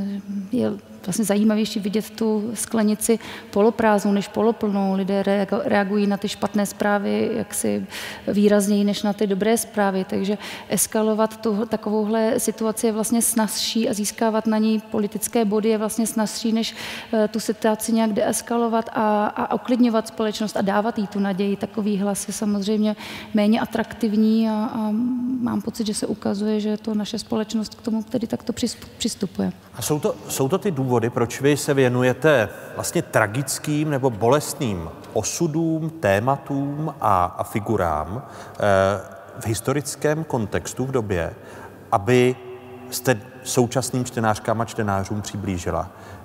je vlastně zajímavější vidět tu sklenici poloprázdnou než poloplnou. Lidé reagují na ty špatné zprávy jaksi výrazněji než na ty dobré zprávy, takže eskalovat tu, takovouhle situaci je vlastně snazší a získávat na ní politické body je vlastně snazší, než tu situaci nějak deeskalovat a, a uklidňovat společnost a dávat jí tu naději. Takový hlas je samozřejmě méně atraktivní a, a mám pocit, že se ukazuje, že to naše společnost k tomu tedy takto přistupuje. A jsou to, jsou to ty důvody, proč vy se věnujete vlastně tragickým nebo bolestným osudům, tématům a, a figurám eh, v historickém kontextu v době, aby jste současným čtenářkám a čtenářům přiblížila,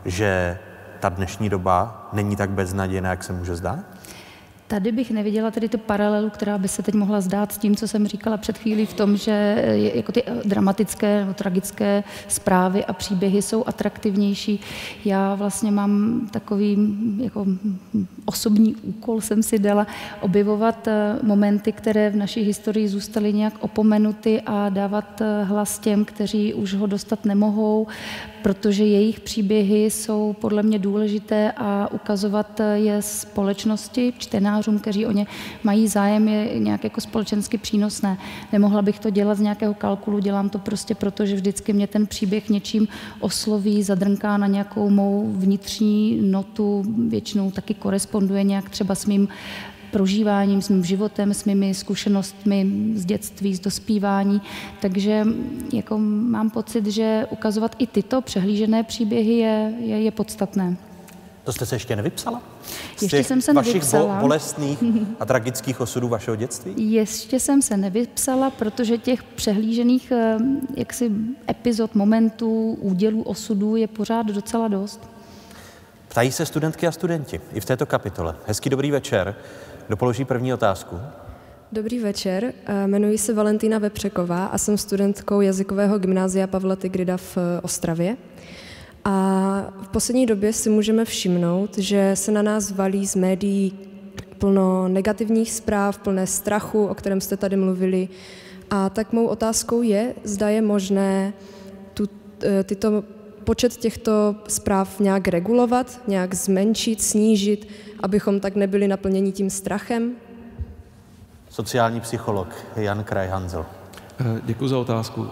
že ta dnešní doba není tak beznadějná, jak se může zdát? Tady bych neviděla tedy tu paralelu, která by se teď mohla zdát s tím, co jsem říkala před chvílí v tom, že jako ty dramatické nebo tragické zprávy a příběhy jsou atraktivnější. Já vlastně mám takový jako osobní úkol, jsem si dala objevovat momenty, které v naší historii zůstaly nějak opomenuty a dávat hlas těm, kteří už ho dostat nemohou, protože jejich příběhy jsou podle mě důležité a ukazovat je společnosti, čtenářům, kteří o ně mají zájem, je nějak jako společensky přínosné. Nemohla bych to dělat z nějakého kalkulu, dělám to prostě proto, že vždycky mě ten příběh něčím osloví, zadrnká na nějakou mou vnitřní notu, většinou taky koresponduje nějak třeba s mým prožíváním, s mým životem, s mými zkušenostmi z dětství, z dospívání. Takže jako mám pocit, že ukazovat i tyto přehlížené příběhy je, je, je podstatné. To jste se ještě nevypsala? Z ještě jsem se vašich nevypsala. bolestných a tragických osudů vašeho dětství? Ještě jsem se nevypsala, protože těch přehlížených jaksi epizod, momentů, údělů, osudů je pořád docela dost. Ptají se studentky a studenti i v této kapitole. Hezký dobrý večer. Kdo položí první otázku? Dobrý večer, jmenuji se Valentína Vepřeková a jsem studentkou jazykového gymnázia Pavla Tigrida v Ostravě. A v poslední době si můžeme všimnout, že se na nás valí z médií plno negativních zpráv, plné strachu, o kterém jste tady mluvili. A tak mou otázkou je, zda je možné tu, tyto, počet těchto zpráv nějak regulovat, nějak zmenšit, snížit, abychom tak nebyli naplněni tím strachem? Sociální psycholog Jan Krajhanzel. Děkuji za otázku.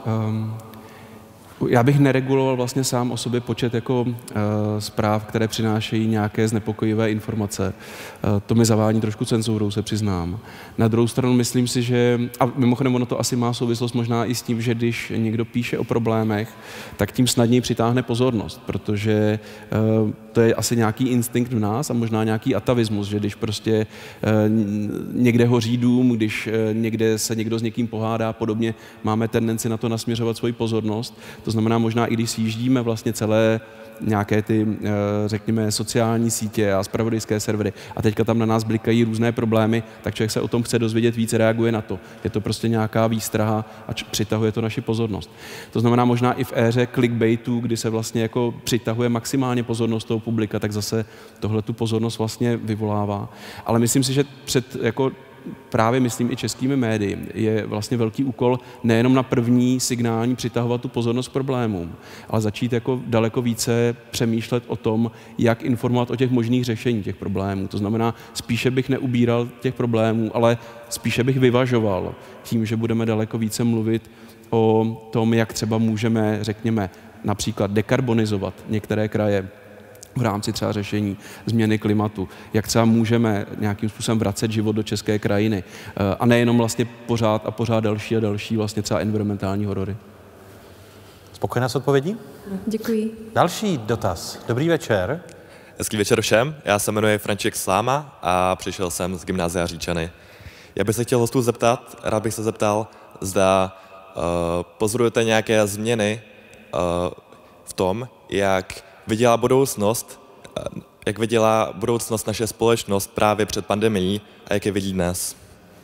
Já bych nereguloval vlastně sám o sobě počet jako uh, zpráv, které přinášejí nějaké znepokojivé informace. Uh, to mi zavání trošku cenzurou, se přiznám. Na druhou stranu myslím si, že, a mimochodem ono to asi má souvislost možná i s tím, že když někdo píše o problémech, tak tím snadněji přitáhne pozornost, protože uh, to je asi nějaký instinkt v nás a možná nějaký atavismus, že když prostě uh, někde hoří dům, když uh, někde se někdo s někým pohádá a podobně, máme tendenci na to nasměřovat svoji pozornost. To znamená možná, i když sjíždíme vlastně celé nějaké ty, řekněme, sociální sítě a zpravodajské servery a teďka tam na nás blikají různé problémy, tak člověk se o tom chce dozvědět víc, reaguje na to. Je to prostě nějaká výstraha a přitahuje to naši pozornost. To znamená možná i v éře clickbaitu, kdy se vlastně jako přitahuje maximálně pozornost toho publika, tak zase tohle tu pozornost vlastně vyvolává. Ale myslím si, že před jako právě myslím i českými médii je vlastně velký úkol nejenom na první signální přitahovat tu pozornost k problémům, ale začít jako daleko více přemýšlet o tom, jak informovat o těch možných řešení těch problémů. To znamená, spíše bych neubíral těch problémů, ale spíše bych vyvažoval tím, že budeme daleko více mluvit o tom, jak třeba můžeme, řekněme, například dekarbonizovat některé kraje v rámci třeba řešení změny klimatu, jak třeba můžeme nějakým způsobem vracet život do české krajiny a nejenom vlastně pořád a pořád další a další vlastně třeba environmentální horory. Spokojená s odpovědí? Děkuji. Další dotaz. Dobrý večer. Hezký večer všem. Já se jmenuji František Sláma a přišel jsem z Gymnázia Říčany. Já bych se chtěl hostů zeptat, rád bych se zeptal, zda uh, pozorujete nějaké změny uh, v tom, jak viděla budoucnost, jak viděla budoucnost naše společnost právě před pandemií a jak je vidí dnes?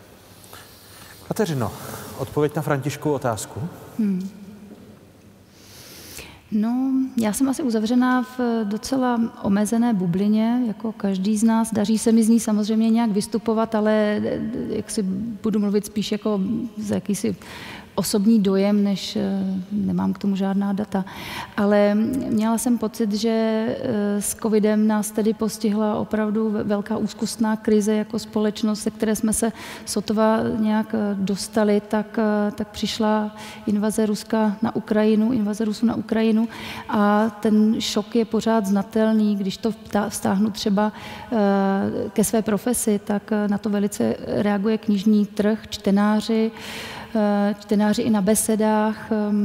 Kateřino, odpověď na Františku otázku. Hmm. No, já jsem asi uzavřená v docela omezené bublině, jako každý z nás. Daří se mi z ní samozřejmě nějak vystupovat, ale jak si budu mluvit spíš jako za jakýsi osobní dojem, než nemám k tomu žádná data. Ale měla jsem pocit, že s covidem nás tedy postihla opravdu velká úzkostná krize jako společnost, se které jsme se sotva nějak dostali, tak, tak přišla invaze Ruska na Ukrajinu, invaze Rusů na Ukrajinu a ten šok je pořád znatelný. Když to vztáhnu třeba ke své profesi, tak na to velice reaguje knižní trh, čtenáři, čtenáři i na besedách.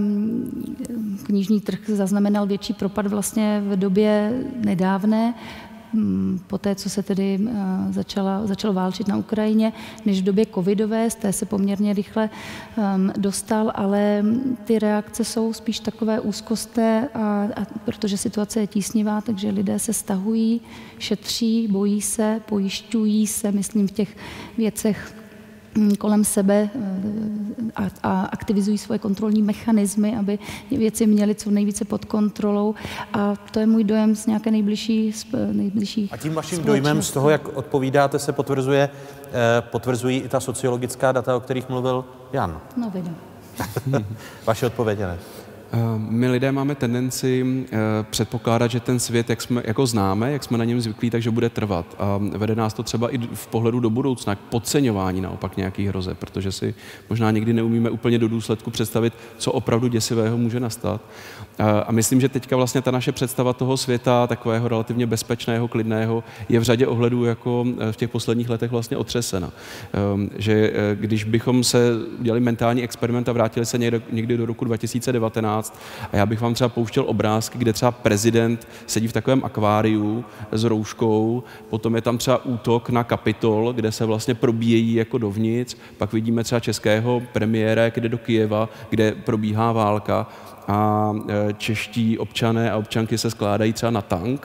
Knižní trh zaznamenal větší propad vlastně v době nedávné, po té, co se tedy začala, začalo válčit na Ukrajině, než v době covidové, z té se poměrně rychle um, dostal, ale ty reakce jsou spíš takové úzkosté, a, a protože situace je tísnivá, takže lidé se stahují, šetří, bojí se, pojišťují se, myslím v těch věcech kolem sebe a, a aktivizují svoje kontrolní mechanismy, aby věci měly co nejvíce pod kontrolou. A to je můj dojem z nějaké nejbližší, nejbližší A tím vaším dojmem z toho, jak odpovídáte, se potvrzuje, eh, potvrzují i ta sociologická data, o kterých mluvil Jan. No, vidím. Vaše odpověď, ne? My lidé máme tendenci předpokládat, že ten svět, jak jsme jako známe, jak jsme na něm zvyklí, takže bude trvat. A vede nás to třeba i v pohledu do budoucna k podceňování naopak nějakých hrozeb, protože si možná někdy neumíme úplně do důsledku představit, co opravdu děsivého může nastat. A myslím, že teďka vlastně ta naše představa toho světa, takového relativně bezpečného, klidného, je v řadě ohledů jako v těch posledních letech vlastně otřesena. Že když bychom se udělali mentální experiment a vrátili se někdy do roku dva tisíce devatenáct, a já bych vám třeba pouštěl obrázky, kde třeba prezident sedí v takovém akváriu s rouškou, potom je tam třeba útok na Kapitol, kde se vlastně probíjejí jako dovnitř, pak vidíme třeba českého premiéra, jak jde do Kyjeva, kde probíhá válka a čeští občané a občanky se skládají třeba na tank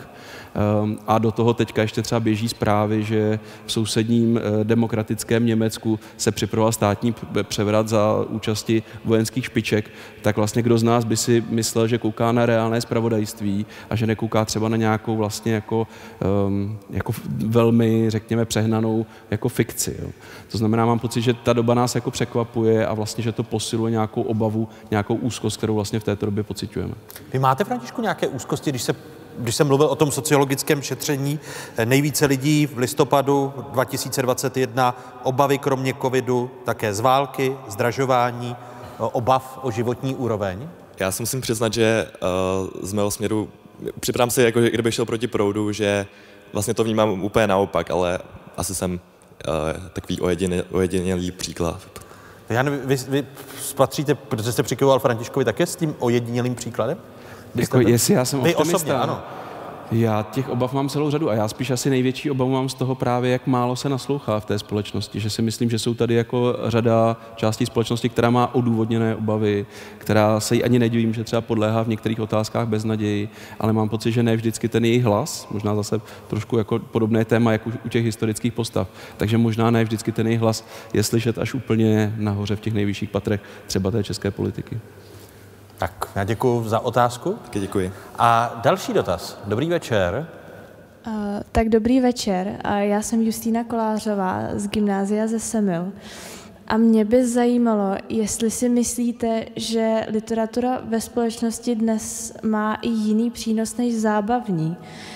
A do toho teďka ještě třeba běží zprávy, že v sousedním demokratickém Německu se připravoval státní převrat za účasti vojenských špiček, tak vlastně kdo z nás by si myslel, že kouká na reálné zpravodajství a že nekouká třeba na nějakou vlastně jako, um, jako velmi, řekněme, přehnanou jako fikci. Jo. To znamená, mám pocit, že ta doba nás jako překvapuje a vlastně, že to posiluje nějakou obavu, nějakou úzkost, kterou vlastně v této době pociťujeme. Vy máte, Františku, nějaké úzkosti, když se Když jsem mluvil o tom sociologickém šetření, nejvíce lidí v listopadu dva tisíce dvacet jedna, obavy kromě covidu, také z války, zdražování, obav o životní úroveň? Já si musím přiznat, že uh, z mého směru, připadám si, jako kdybych šel proti proudu, že vlastně to vnímám úplně naopak, ale asi jsem uh, takový ojedinělý, ojedinělý příklad. Jan, vy, vy spatříte, protože jste přikyvoval Františkovi, také s tím ojedinělým příkladem? Jako, jestli já jsem Vy optimista, osobně, ano. Já těch obav mám celou řadu a já spíš asi největší obavu mám z toho právě, jak málo se naslouchá v té společnosti, že si myslím, že jsou tady jako řada částí společnosti, která má odůvodněné obavy, která se jí ani nedivím, že třeba podléhá v některých otázkách beznaději, ale mám pocit, že ne vždycky ten jejich hlas, možná zase trošku jako podobné téma, jako u těch historických postav, takže možná ne vždycky ten jejich hlas je slyšet až úplně nahoře v těch nejvyšších patrech třeba té české politiky. Tak, já děkuji za otázku. Taky děkuji. A další dotaz. Dobrý večer. Uh, tak dobrý večer. Uh, já jsem Justýna Kolářová z gymnázia ze Semil. A mě by zajímalo, jestli si myslíte, že literatura ve společnosti dnes má i jiný přínos než zábavní.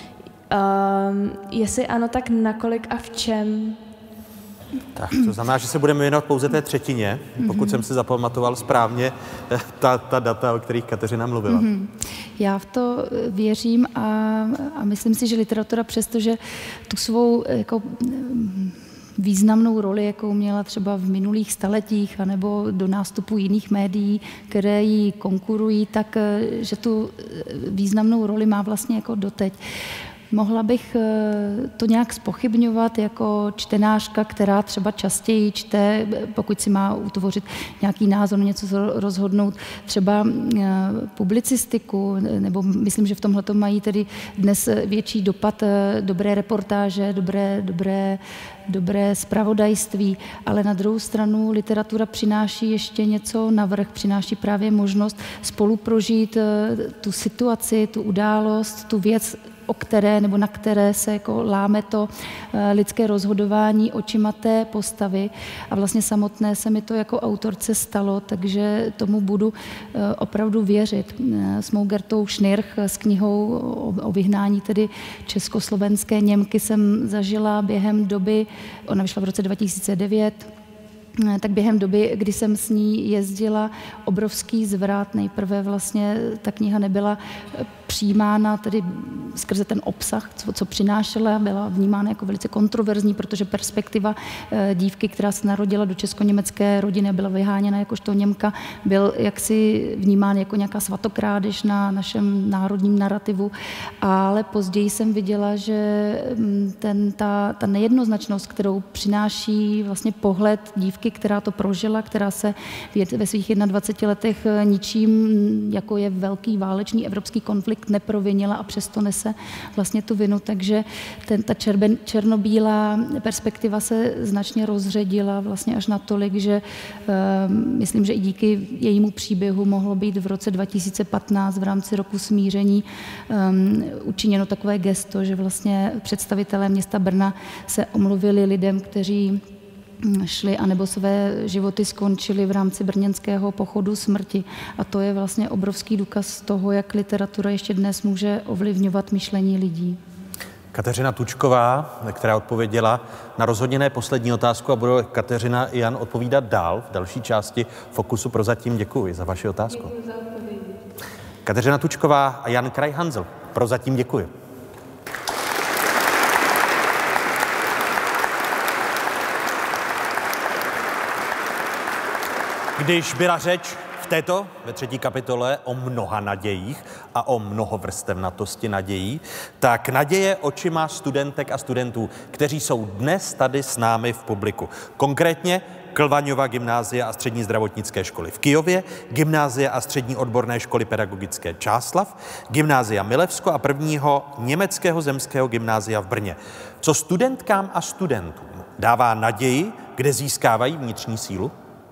Uh, jestli ano, tak nakolik a v čem? Tak, to znamená, že se budeme věnovat pouze té třetině, pokud mm-hmm. jsem si zapamatoval správně ta, ta data, o kterých Kateřina mluvila. Mm-hmm. Já v to věřím a, a myslím si, že literatura, přestože tu svou jako, významnou roli, jakou měla třeba v minulých staletích, anebo do nástupu jiných médií, které jí konkurují, tak že tu významnou roli má vlastně jako doteď. Mohla bych to nějak zpochybňovat jako čtenářka, která třeba častěji čte, pokud si má utvořit nějaký názor, něco rozhodnout, třeba publicistiku, nebo myslím, že v tomhle to mají tedy dnes větší dopad dobré reportáže, dobré, dobré, dobré zpravodajství, ale na druhou stranu literatura přináší ještě něco navrch, přináší právě možnost spoluprožít tu situaci, tu událost, tu věc, o které nebo na které se jako láme to lidské rozhodování očima té postavy. A vlastně samotné se mi to jako autorce stalo, takže tomu budu opravdu věřit. S mou Gertou Schnirch s knihou o vyhnání tedy československé Němky jsem zažila během doby, ona vyšla v roce dva tisíce devět, tak během doby, kdy jsem s ní jezdila, obrovský zvrat. Nejprve vlastně ta kniha nebyla přijímána tedy skrze ten obsah, co, co přinášela, byla vnímána jako velice kontroverzní, protože perspektiva dívky, která se narodila do česko-německé rodiny a byla vyháněna jakožto Němka, byl jaksi vnímán jako nějaká svatokrádež na našem národním narrativu. Ale později jsem viděla, že ten, ta, ta nejednoznačnost, kterou přináší vlastně pohled dívky, která to prožila, která se ve svých dvaceti jednoho letech ničím, jako je velký válečný evropský konflikt, neprovinila a přesto nese vlastně tu vinu, takže ten, ta čerben, černobílá perspektiva se značně rozředila vlastně až natolik, že um, myslím, že i díky jejímu příběhu mohlo být v roce dva tisíce patnáct v rámci roku smíření um, učiněno takové gesto, že vlastně představitelé města Brna se omluvili lidem, kteří šli anebo své životy skončili v rámci brněnského pochodu smrti. A to je vlastně obrovský důkaz toho, jak literatura ještě dnes může ovlivňovat myšlení lidí. Kateřina Tučková, která odpověděla na rozhodně ne poslední otázku a bude Kateřina i Jan odpovídat dál v další části Fokusu. Prozatím děkuji za vaši otázku. Děkuji za odpověď. Kateřina Tučková a Jan Krajhanzl. Prozatím děkuji. Když byla řeč v této, ve třetí kapitole, o mnoha nadějích a o mnohovrstevnatosti nadějí, tak naděje očima studentek a studentů, kteří jsou dnes tady s námi v publiku. Konkrétně Klvaňova gymnázia a střední zdravotnické školy v Kyjově, gymnázia a střední odborné školy pedagogické Čáslav, gymnázia Milevsko a prvního německého zemského gymnázia v Brně. Co studentkám a studentům dává naději, kde získávají vnitřní sílu?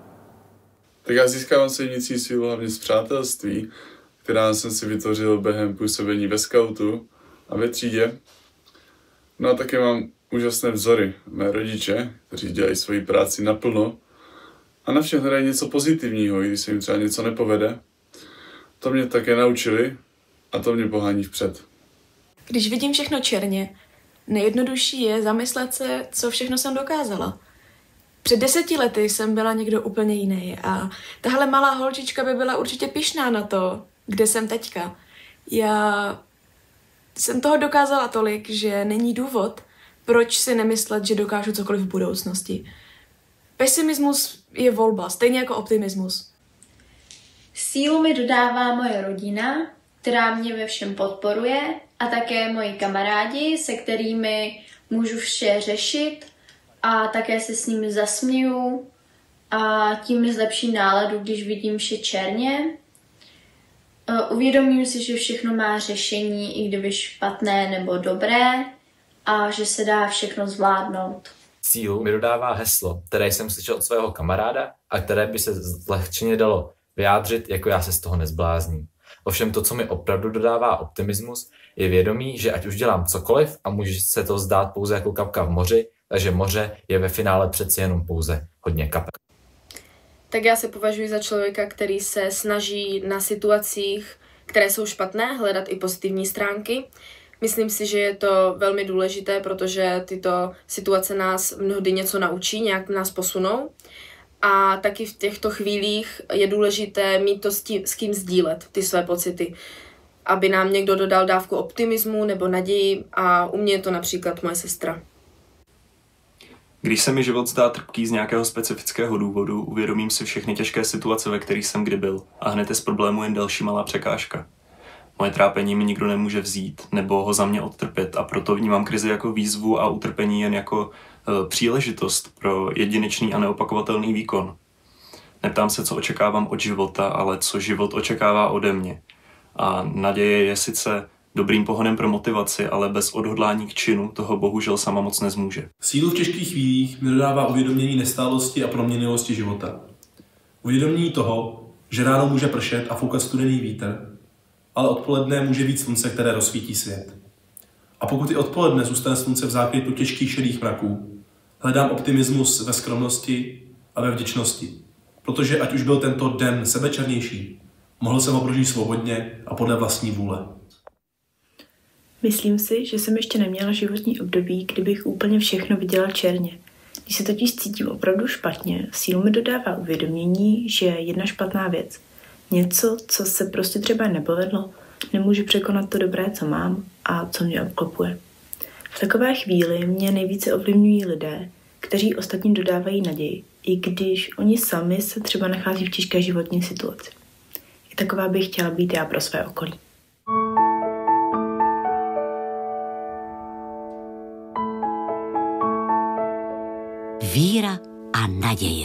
Tak já získávám si vnitřní sílu hlavně z přátelství, která jsem si vytvořil během působení ve skautu a ve třídě. No a také mám úžasné vzory, mé rodiče, kteří dělají svoji práci naplno a na všem hledají něco pozitivního, i když se jim třeba něco nepovede. To mě také naučili a to mě pohání vpřed. Když vidím všechno černě, nejjednodušší je zamyslet se, co všechno jsem dokázala. Před deseti lety jsem byla někdo úplně jiný a tahle malá holčička by byla určitě pyšná na to, kde jsem teďka. Já jsem toho dokázala tolik, že není důvod, proč si nemyslet, že dokážu cokoliv v budoucnosti. Pesimismus je volba, stejně jako optimismus. Sílu mi dodává moje rodina, která mě ve všem podporuje, a také moji kamarádi, se kterými můžu vše řešit a také se s nimi zasměju a tím mi zlepší náladu, když vidím vše černě. Uvědomím si, že všechno má řešení, i kdyby špatné nebo dobré, a že se dá všechno zvládnout. Sílu mi dodává heslo, které jsem slyšel od svého kamaráda a které by se zlehčeně dalo vyjádřit, jako já se z toho nezblázním. Ovšem to, co mi opravdu dodává optimismus, je vědomí, že ať už dělám cokoliv a může se to zdát pouze jako kapka v moři, takže moře je ve finále přeci jenom pouze hodně kapek. Tak já se považuji za člověka, který se snaží na situacích, které jsou špatné, hledat i pozitivní stránky. Myslím si, že je to velmi důležité, protože tyto situace nás mnohdy něco naučí, nějak nás posunou. A taky v těchto chvílích je důležité mít to s, tím, s kým sdílet, ty své pocity. Aby nám někdo dodal dávku optimismu nebo naději, a u mě je to například moje sestra. Když se mi život zdá trpký z nějakého specifického důvodu, uvědomím si všechny těžké situace, ve kterých jsem kdy byl, a hned je z problému jen další malá překážka. Moje trápení mi nikdo nemůže vzít nebo ho za mě odtrpět, a proto vnímám krizi jako výzvu a utrpení jen jako e, příležitost pro jedinečný a neopakovatelný výkon. Neptám se, co očekávám od života, ale co život očekává ode mě. A naděje je sice dobrým pohonem pro motivaci, ale bez odhodlání k činu toho bohužel sama moc nezmůže. Sílu v těžkých chvílích mi dodává uvědomění nestálosti a proměnlivosti života. Uvědomění toho, že ráno může pršet a foukat studený vítr, ale odpoledne může být slunce, které rozsvítí svět. A pokud i odpoledne zůstane slunce v zákrytu těžkých šedých mraků, hledám optimismus ve skromnosti a ve vděčnosti. Protože ať už byl tento den sebečernější, mohl jsem ho prožít svobodně a podle vlastní vůle. Myslím si, že jsem ještě neměla životní období, kdybych úplně všechno viděla černě. Když se totiž cítím opravdu špatně, sílu mi dodává uvědomění, že jedna špatná věc, něco, co se prostě třeba nepovedlo, nemůže překonat to dobré, co mám a co mě obklopuje. V takové chvíli mě nejvíce ovlivňují lidé, kteří ostatním dodávají naději, i když oni sami se třeba nachází v těžké životní situaci. I taková bych chtěla být já pro své okolí. Víra a naděje.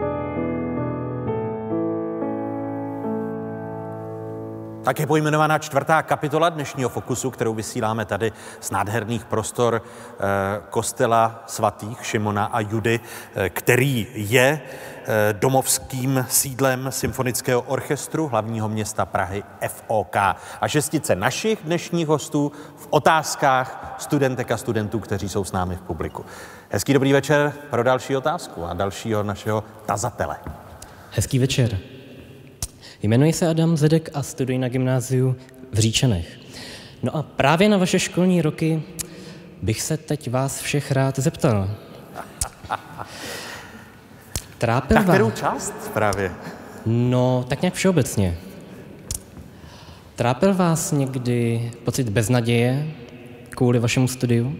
Tak je pojmenovaná čtvrtá kapitola dnešního Fokusu, kterou vysíláme tady z nádherných prostor eh, kostela svatých Šimona a Judy, eh, který je eh, domovským sídlem symfonického orchestru hlavního města Prahy F O K. A šestice našich dnešních hostů v otázkách studentek a studentů, kteří jsou s námi v publiku. Hezký dobrý večer pro další otázku a dalšího našeho tazatele. Hezký večer. Jmenuji se Adam Zedek a studuji na gymnáziu v Říčanech. No a právě na vaše školní roky bych se teď vás všech rád zeptal. Trápil Na kterou vás... část právě? No, tak nějak všeobecně. Trápil vás někdy pocit beznaděje kvůli vašemu studiu?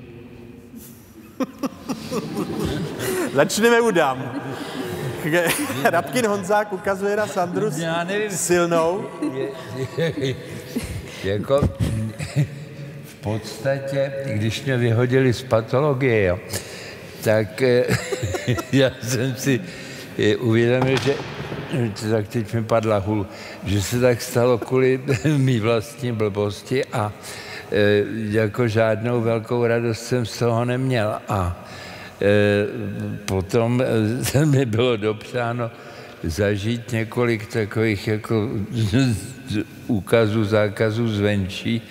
Začneme u dám. Rabkin Honzák ukazuje na Sandru silnou. Je, je, jako v podstatě, když mě vyhodili z patologie, jo, tak já jsem si uvědomil, že tak teď mi padla hůl, že se tak stalo kvůli mý vlastní blbosti a e, jako žádnou velkou radost jsem z toho neměl. A e, potom e, mi bylo dopřáno zažít několik takových jako úkazů, zákazů zvenčí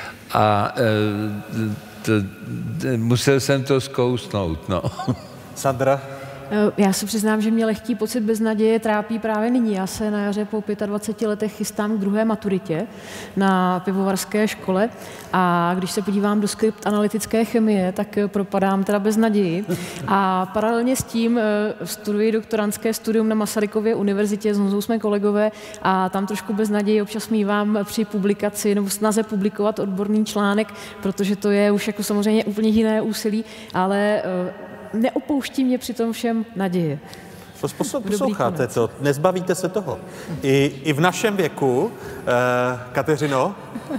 a e, to, musel jsem to zkousnout, no. Sandra? Já se přiznám, že mě lehký pocit beznaděje trápí právě nyní. Já se na jaře po dvaceti pěti letech chystám k druhé maturitě na pivovarské škole a když se podívám do skript analytické chemie, tak propadám teda beznaději. A paralelně s tím studuji doktorandské studium na Masarykově univerzitě, s Honzou jsme kolegové a tam trošku beznaději občas mívám při publikaci nebo snaze publikovat odborný článek, protože to je už jako samozřejmě úplně jiné úsilí, ale neopouští mě při tom všem naděje. Posloucháte to, nezbavíte se toho. I, i v našem věku, eh, Kateřino?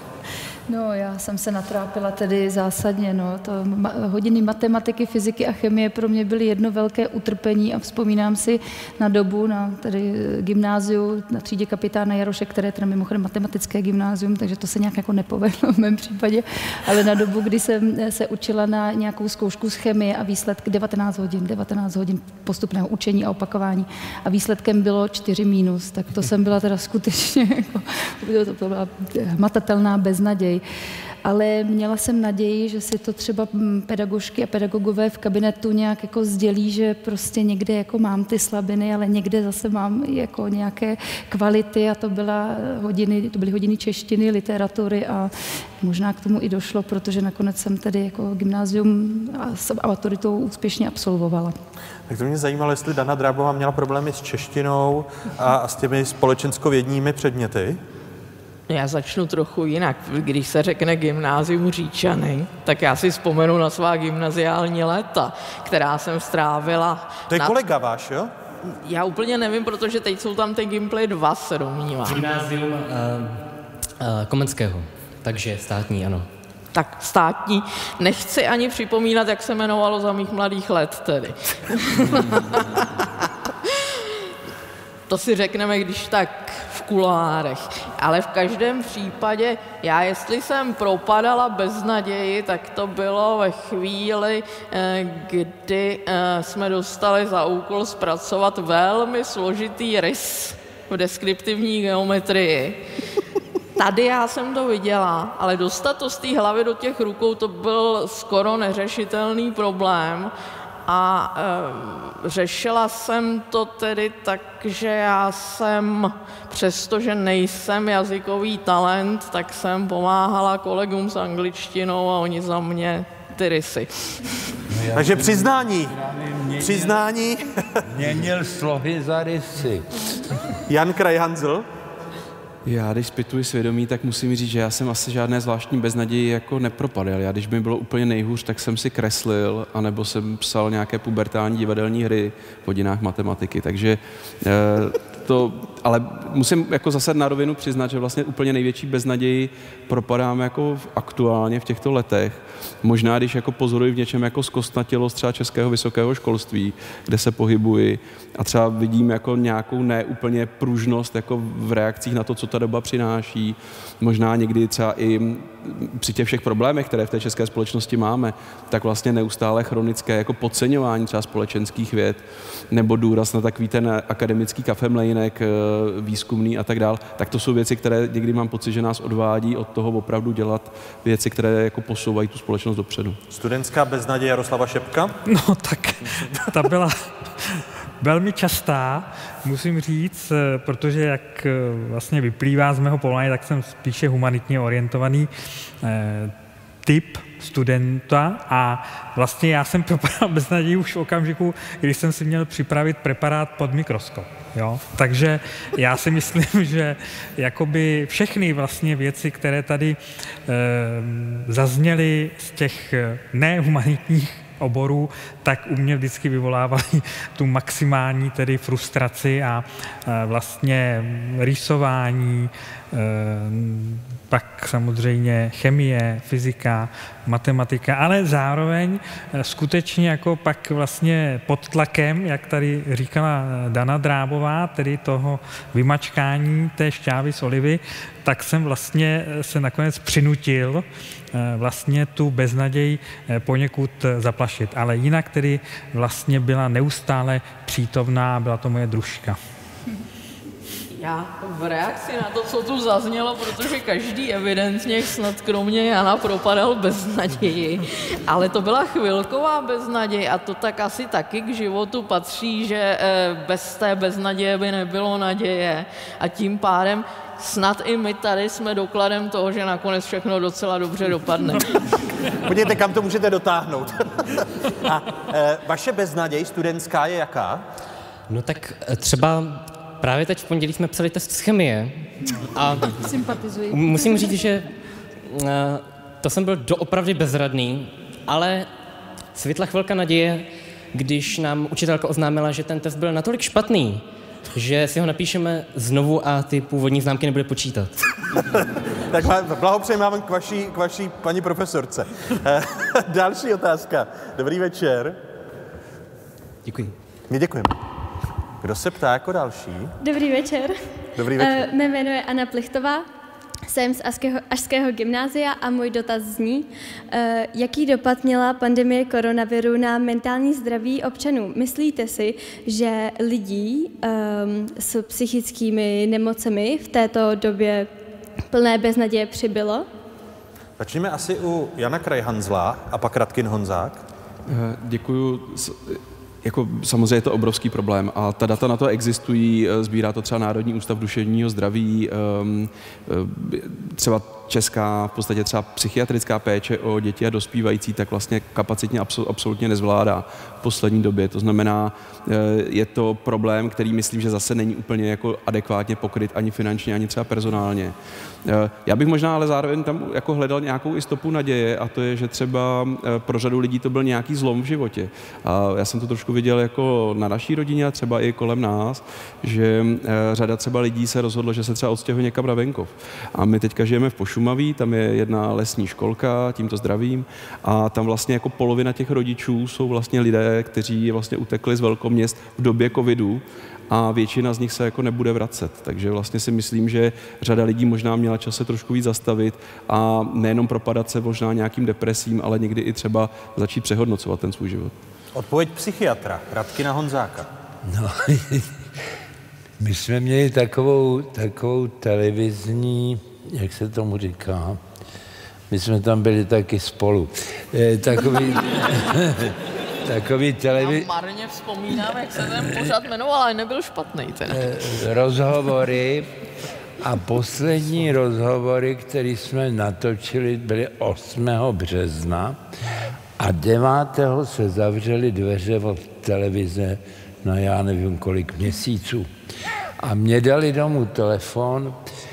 No, já jsem se natrápila tedy zásadně, no. To ma- hodiny matematiky, fyziky a chemie pro mě byly jedno velké utrpení a vzpomínám si na dobu, na tedy gymnáziu, na třídě kapitána Jaroše, které je teda mimochodem matematické gymnázium, takže to se nějak jako nepovedlo v mém případě, ale na dobu, kdy jsem se učila na nějakou zkoušku z chemie a výsledek devatenáct hodin, devatenáct hodin postupného učení a opakování a výsledkem bylo čtyři mínus, tak to jsem byla teda skutečně jako, to byla hmatatelná beznaděj. Ale měla jsem naději, že si to třeba pedagožky a pedagogové v kabinetu nějak jako sdělí, že prostě někde jako mám ty slabiny, ale někde zase mám jako nějaké kvality a to, byla hodiny, to byly hodiny češtiny, literatury a možná k tomu i došlo, protože nakonec jsem tedy jako gymnázium a s maturitou úspěšně absolvovala. Tak to mě zajímalo, jestli Dana Drábová měla problémy s češtinou a, a s těmi společenskovědními předměty. Já začnu trochu jinak. Když se řekne gymnázium Říčany, tak já si vzpomenu na svá gymnaziální léta, která jsem strávila... To je na... kolega váš, jo? Já úplně nevím, protože teď jsou tam ty Gimply dva, se domnívám. Gymnázium uh, uh, Komenského, takže státní, ano. Tak státní. Nechci ani připomínat, jak se jmenovalo za mých mladých let tedy. To si řekneme, když tak v kuloárech. Ale v každém případě, já jestli jsem propadala beznaději, tak to bylo ve chvíli, kdy jsme dostali za úkol zpracovat velmi složitý rys v deskriptivní geometrii. Tady já jsem to viděla, ale dostat to z té hlavy do těch rukou, to byl skoro neřešitelný problém. A e, řešila jsem to tedy tak, že já jsem, přestože nejsem jazykový talent, tak jsem pomáhala kolegům s angličtinou a oni za mě ty rysy. No, takže přiznání. Měnil, přiznání. Měnil slohy za rysy. Jan Krajhanzl. Já, když zpytuji svědomí, tak musím říct, že já jsem asi žádné zvláštní beznaději jako nepropadl. Já, když mi bylo úplně nejhůř, tak jsem si kreslil, anebo jsem psal nějaké pubertální divadelní hry v hodinách matematiky. Takže to, ale musím jako zase na rovinu přiznat, že vlastně úplně největší beznaději propadám jako aktuálně v těchto letech. Možná, když jako pozoruji v něčem jako zkostnatělost třeba českého vysokého školství, kde se pohybuji a třeba vidím jako nějakou neúplně pružnost jako v reakcích na to, co ta doba přináší. Možná někdy třeba i při těch všech problémech, které v té české společnosti máme, tak vlastně neustále chronické jako podceňování třeba společenských věd nebo důraz na takový ten akademický kafemlejnek, výzkumný a tak dál, tak to jsou věci, které někdy mám pocit, že nás odvádí od toho opravdu dělat věci, které jako posouvají tu společnost dopředu. Studentská beznaděj Jaroslava Šepka? No tak ta byla velmi častá, musím říct, protože jak vlastně vyplývá z mého povolání, tak jsem spíše humanitně orientovaný eh, typ studenta a vlastně já jsem propadal beznaději už v okamžiku, když jsem si měl připravit preparát pod mikroskop. Jo? Takže já si myslím, že jakoby všechny vlastně věci, které tady eh, zazněly z těch nehumanitních oborů, tak u mě vždycky vyvolávaly tu maximální tedy frustraci a vlastně rýsování, pak samozřejmě chemie, fyzika, matematika, ale zároveň skutečně jako pak vlastně pod tlakem, jak tady říkala Dana Drábová, tedy toho vymačkání té šťávy z olivy, tak jsem vlastně se nakonec přinutil vlastně tu beznaděj poněkud zaplašit. Ale jinak tedy vlastně byla neustále přítomná, byla to moje družka. Já v reakci na to, co tu zaznělo, protože každý evidentně snad kromě Jana propadal beznaději, ale to byla chvilková beznaděj a to tak asi taky k životu patří, že bez té beznaděje by nebylo naděje a tím pádem snad i my tady jsme dokladem toho, že nakonec všechno docela dobře dopadne. Podívejte, kam to můžete dotáhnout. A e, vaše beznaděj studentská je jaká? No tak třeba právě teď v pondělí jsme psali test z chemie a sympatizuji. Musím říct, že uh, to jsem byl doopravdy bezradný, ale světla chvilka naděje, když nám učitelka oznámila, že ten test byl natolik špatný, že si ho napíšeme znovu a ty původní známky nebude počítat. Tak blahopřeji vám k vaší, k vaší paní profesorce. Další otázka. Dobrý večer. Děkuji. My děkujeme. Kdo se ptá jako další? Dobrý večer. Dobrý večer. Uh, mé jméno je Anna Plichtová, jsem z Aského, Ašského gymnázia a můj dotaz zní, uh, jaký dopad měla pandemie koronaviru na mentální zdraví občanů? Myslíte si, že lidí um, s psychickými nemocemi v této době plné beznaděje přibylo? Začneme asi u Jana Krajhanzla a pak Radkin Honzák. Děkuju. Jako samozřejmě je to obrovský problém a ta data na to existují, sbírá to třeba Národní ústav duševního zdraví, třeba česká, v podstatě třeba psychiatrická péče o děti a dospívající, tak vlastně kapacitně absolutně nezvládá v poslední době. To znamená, je to problém, který myslím, že zase není úplně jako adekvátně pokryt ani finančně, ani třeba personálně. Já bych možná ale zároveň tam jako hledal nějakou i stopu naděje a to je, že třeba pro řadu lidí to byl nějaký zlom v životě. A já jsem to trošku viděl jako na naší rodině a třeba i kolem nás, že řada třeba lidí se rozhodlo, že se třeba odstěhuje někam na venkov. A my teďka žijeme v Pošumaví, tam je jedna lesní školka, tímto zdravím, a tam vlastně jako polovina těch rodičů jsou vlastně lidé, kteří vlastně utekli z velkoměst v době covidu a většina z nich se jako nebude vracet. Takže vlastně si myslím, že řada lidí možná měla čas se trošku víc zastavit a nejenom propadat se možná nějakým depresím, ale někdy i třeba začít přehodnocovat ten svůj život. Odpověď psychiatra, Radkina Honzáka. No, my jsme měli takovou, takovou televizní, jak se tomu říká, my jsme tam byli taky spolu. E, takový... Takový televiz... Já marně vzpomínám, jak se ten pořad jmenoval, ale nebyl špatný ten. Rozhovory a poslední rozhovory, které jsme natočili, byly osmého března a devátého se zavřely dveře od televize na já nevím kolik měsíců. A mě dali domů telefon,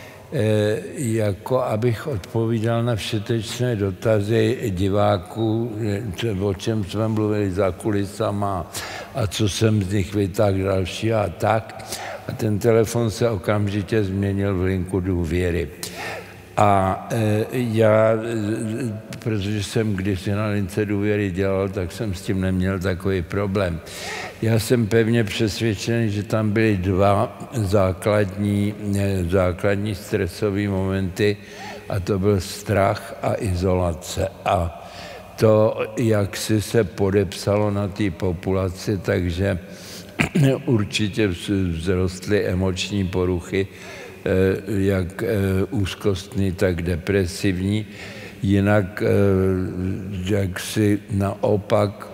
jako abych odpovídal na všetečné dotazy diváků, o čem jsme mluvili za kulisama a co jsem z nich vytáhl další a tak. A ten telefon se okamžitě změnil v linku důvěry. A já, protože jsem kdysi na lince důvěry dělal, tak jsem s tím neměl takový problém. Já jsem pevně přesvědčený, že tam byly dva základní, základní stresové momenty a to byl strach a izolace. A to, jak si se podepsalo na té populaci, takže určitě vzrostly emoční poruchy, jak úzkostný, tak depresivní. Jinak, jak si naopak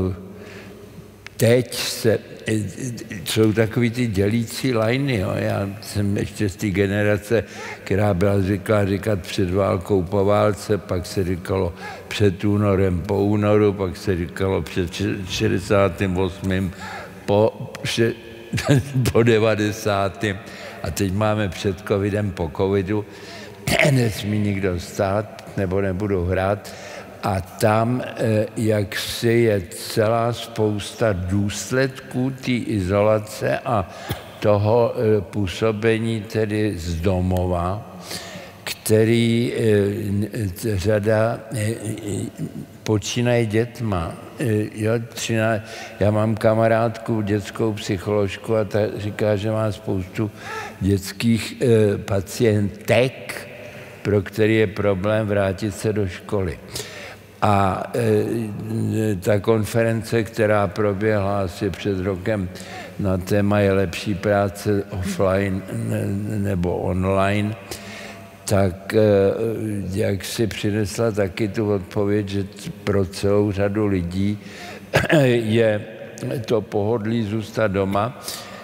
teď se, jsou takový ty dělící lajny. Jo. Já jsem ještě z té generace, která byla zvyklá říkat před válkou po válce, pak se říkalo před únorem po únoru, pak se říkalo před šedesátým osmým po, po devadesátém A teď máme před covidem po covidu, nesmí nikdo stát, nebo nebudu hrát. A tam, jak si je celá spousta důsledků té izolace a toho působení tedy z domova, který řada počínají dětma. Jo, třináct, já mám kamarádku, dětskou psycholožku a ta říká, že má spoustu dětských e, pacientek, pro který je problém vrátit se do školy. A e, ta konference, která proběhla asi před rokem na téma je lepší práce offline nebo online, tak jak si přinesla taky tu odpověď, že pro celou řadu lidí je to pohodlí zůstat doma,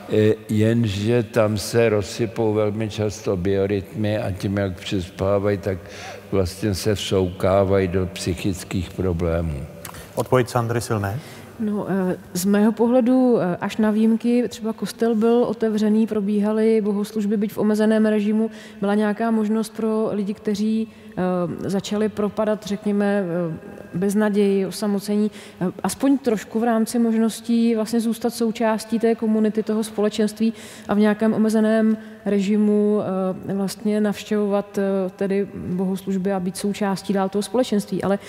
jenže tam se rozsypou velmi často biorytmy a tím, jak přespávají, tak vlastně se vsoukávají do psychických problémů. Odpověď Sandry Silné? No, z mého pohledu až na výjimky, třeba kostel byl otevřený, probíhaly bohoslužby, byť v omezeném režimu, byla nějaká možnost pro lidi, kteří začali propadat, řekněme, beznaději, osamocení, aspoň trošku v rámci možností vlastně zůstat součástí té komunity, toho společenství a v nějakém omezeném režimu vlastně navštěvovat tedy bohoslužby a být součástí dál toho společenství. Ale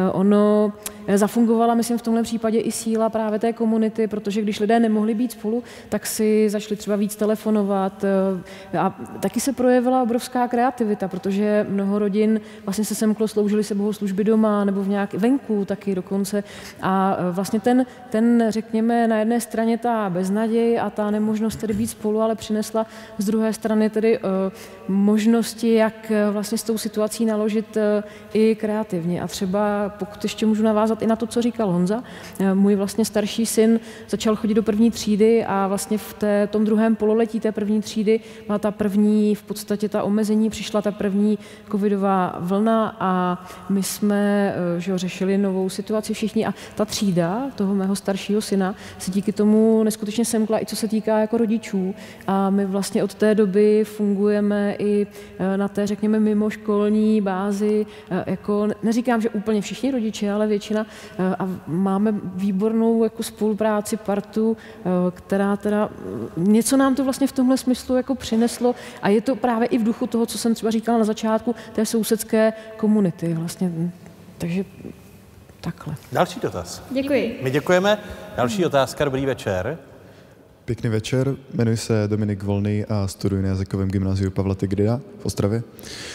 ono zafungovala, myslím, v tomhle případě i síla právě té komunity, protože když lidé nemohli být spolu, tak si začali třeba víc telefonovat a taky se projevila obrovská kreativita, protože mnoho rodin vlastně se semklo, sloužili se bohoslužby doma nebo v nějak venku taky dokonce a vlastně ten, ten, řekněme, na jedné straně ta beznaděj a ta nemožnost tedy být spolu, ale přinesla z druhé strany tedy uh, možnosti, jak vlastně s tou situací naložit uh, i kreativně. A třeba, pokud ještě můžu navázat i na to, co říkal Honza, uh, můj vlastně starší syn začal chodit do první třídy a vlastně v té, tom druhém pololetí té první třídy byla ta první, v podstatě ta omezení, přišla ta první covidová vlna a my jsme že, řešili novou situaci všichni a ta třída toho mého staršího syna se díky tomu neskutečně semkla i co se týká jako rodičů a my vlastně od té doby fungujeme i na té, řekněme, mimoškolní bázi, jako neříkám, že úplně všichni rodiče, ale většina a máme výbornou jako spolupráci, partu, která teda něco nám to vlastně v tomhle smyslu jako přineslo a je to právě i v duchu toho, co jsem třeba říkala na začátku, té sousedské komunity vlastně. Takže takhle. Další dotaz. Děkuji. My děkujeme. Další otázka. Dobrý večer. Pěkný večer. Jmenuji se Dominik Volný a studuji na jazykovém gymnáziu Pavla Tigrida v Ostravě.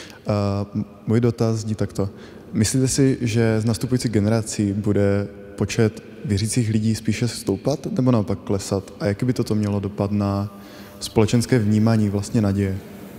Uh, můj dotaz zní takto. Myslíte si, že z nastupující generací bude počet věřících lidí spíše stoupat nebo naopak klesat? A jaký by toto mělo dopad na společenské vnímání vlastně naděje?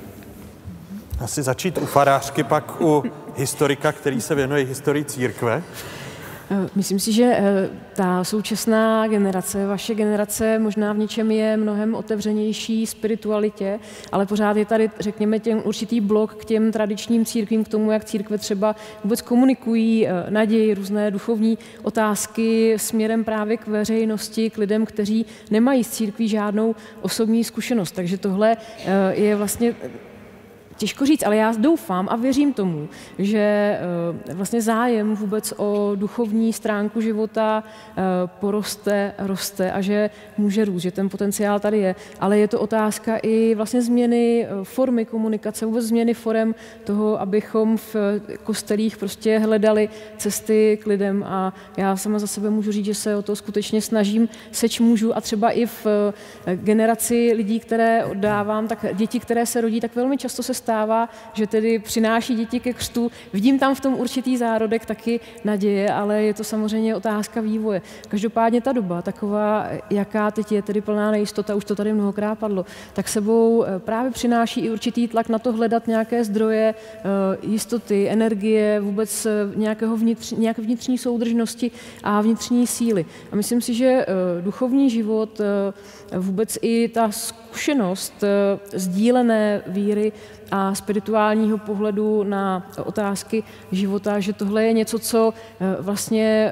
Asi začít u farářky, pak u historika, který se věnuje historii církve. Myslím si, že ta současná generace, vaše generace možná v něčem je mnohem otevřenější spiritualitě, ale pořád je tady, řekněme, těm určitý blok k těm tradičním církvím, k tomu, jak církve třeba vůbec komunikují naději, různé duchovní otázky směrem právě k veřejnosti, k lidem, kteří nemají s církví žádnou osobní zkušenost. Takže tohle je vlastně těžko říct, ale já doufám a věřím tomu, že vlastně zájem vůbec o duchovní stránku života poroste, roste a že může růst, že ten potenciál tady je. Ale je to otázka i vlastně změny formy komunikace, vůbec změny forem toho, abychom v kostelích prostě hledali cesty k lidem a já sama za sebe můžu říct, že se o to skutečně snažím, seč můžu a třeba i v generaci lidí, které oddávám, tak děti, které se rodí, tak velmi často se stává, že tedy přináší děti ke křtu. Vidím tam v tom určitý zárodek taky naděje, ale je to samozřejmě otázka vývoje. Každopádně ta doba, taková, jaká teď je, tedy plná nejistota, už to tady mnohokrát padlo, tak sebou právě přináší i určitý tlak na to hledat nějaké zdroje jistoty, energie, vůbec nějakého vnitř, nějaké vnitřní soudržnosti a vnitřní síly. A myslím si, že duchovní život, vůbec i ta zkušenost sdílené víry a spirituálního pohledu na otázky života, že tohle je něco, co vlastně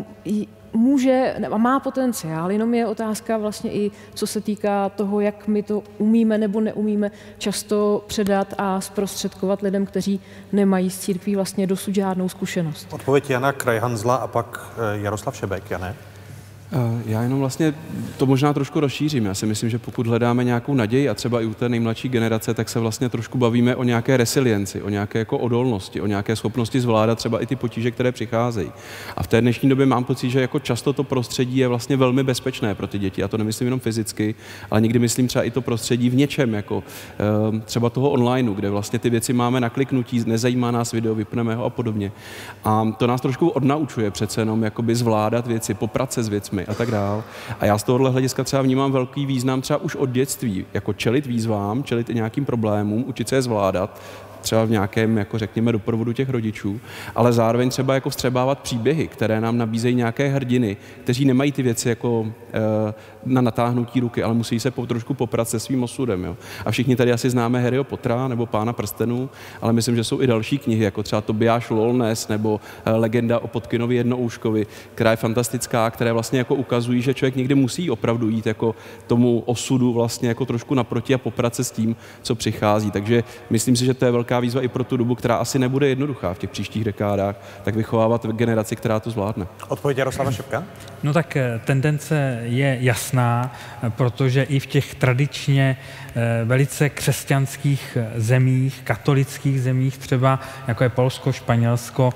může a má potenciál, jenom je otázka vlastně i, co se týká toho, jak my to umíme nebo neumíme často předat a zprostředkovat lidem, kteří nemají s církví vlastně dosud žádnou zkušenost. Odpověď Jana Krajhanzla a pak Jaroslav Šebek, Jane? Já jenom vlastně to možná trošku rozšířím. Já si myslím, že pokud hledáme nějakou naději a třeba i u té nejmladší generace, tak se vlastně trošku bavíme o nějaké resilienci, o nějaké jako odolnosti, o nějaké schopnosti zvládat třeba i ty potíže, které přicházejí. A v té dnešní době mám pocit, že jako často to prostředí je vlastně velmi bezpečné pro ty děti. Já to nemyslím jenom fyzicky, ale někdy myslím třeba i to prostředí v něčem, jako třeba toho onlineu, kde vlastně ty věci máme na kliknutí, nezajímá nás video, vypneme ho a podobně. A to nás trošku odnaučuje přece jenom jakoby zvládat věci, poprat se s věcmi a tak dál. A já z tohohle hlediska třeba vnímám velký význam třeba už od dětství, jako čelit výzvám, čelit i nějakým problémům, učit se je zvládat, třeba v nějakém, jako řekněme, doprovodu těch rodičů, ale zároveň třeba jako vstřebávat příběhy, které nám nabízejí nějaké hrdiny, kteří nemají ty věci jako e, na natáhnutí ruky, ale musí se po, trošku poprat se svým osudem. Jo. A všichni tady asi známe Harryho Pottera nebo Pána prstenů, ale myslím, že jsou i další knihy, jako třeba Tobiáš Lolnes nebo e, Legenda o Potkinovi jednoouškovi, která je fantastická, které vlastně jako ukazují, že člověk někdy musí opravdu jít jako tomu osudu vlastně jako trošku naproti a poprat se s tím, co přichází. Takže myslím si, že to je velká výzva i pro tu dobu, která asi nebude jednoduchá v těch příštích dekádách, tak vychovávat generaci, která to zvládne. Odpověď Jaroslava Šepka? No tak tendence je jasná, protože i v těch tradičně velice křesťanských zemích, katolických zemích, třeba jako je Polsko, Španělsko,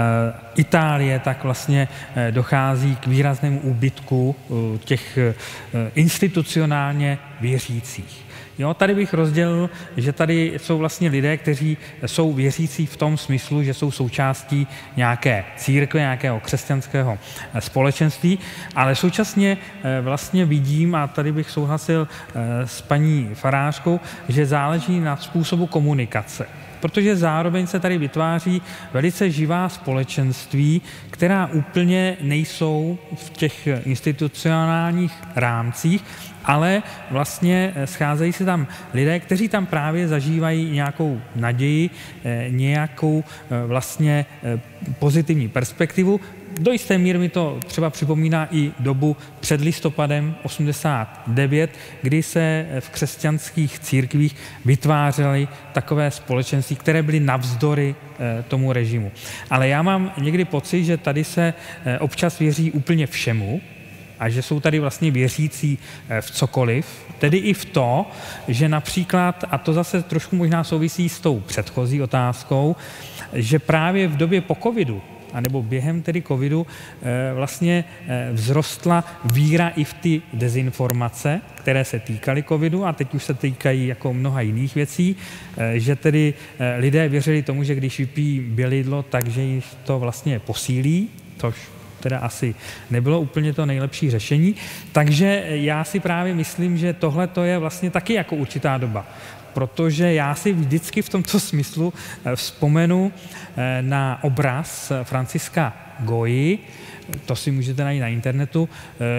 Itálie, tak vlastně dochází k výraznému úbytku těch institucionálně věřících. Jo, tady bych rozdělil, že tady jsou vlastně lidé, kteří jsou věřící v tom smyslu, že jsou součástí nějaké církve, nějakého křesťanského společenství, ale současně vlastně vidím, a tady bych souhlasil s paní farářkou, že záleží na způsobu komunikace. Protože zároveň se tady vytváří velice živá společenství, která úplně nejsou v těch institucionálních rámcích, ale vlastně scházejí se tam lidé, kteří tam právě zažívají nějakou naději, nějakou vlastně pozitivní perspektivu. Do jisté míry mi to třeba připomíná i dobu před listopadem osmdesát devět, kdy se v křesťanských církvích vytvářely takové společenství, které byly navzdory tomu režimu. Ale já mám někdy pocit, že tady se občas věří úplně všemu, a že jsou tady vlastně věřící v cokoliv, tedy i v to, že například, a to zase trošku možná souvisí s tou předchozí otázkou, že právě v době po covidu, anebo během tedy covidu, vlastně vzrostla víra i v ty dezinformace, které se týkaly covidu a teď už se týkají jako mnoha jiných věcí, že tedy lidé věřili tomu, že když vypijí bělidlo, takže jich to vlastně posílí, což teda asi nebylo úplně to nejlepší řešení. Takže já si právě myslím, že tohle to je vlastně taky jako určitá doba. Protože já si vždycky v tomto smyslu vzpomenu na obraz Franciska Goyi, to si můžete najít na internetu,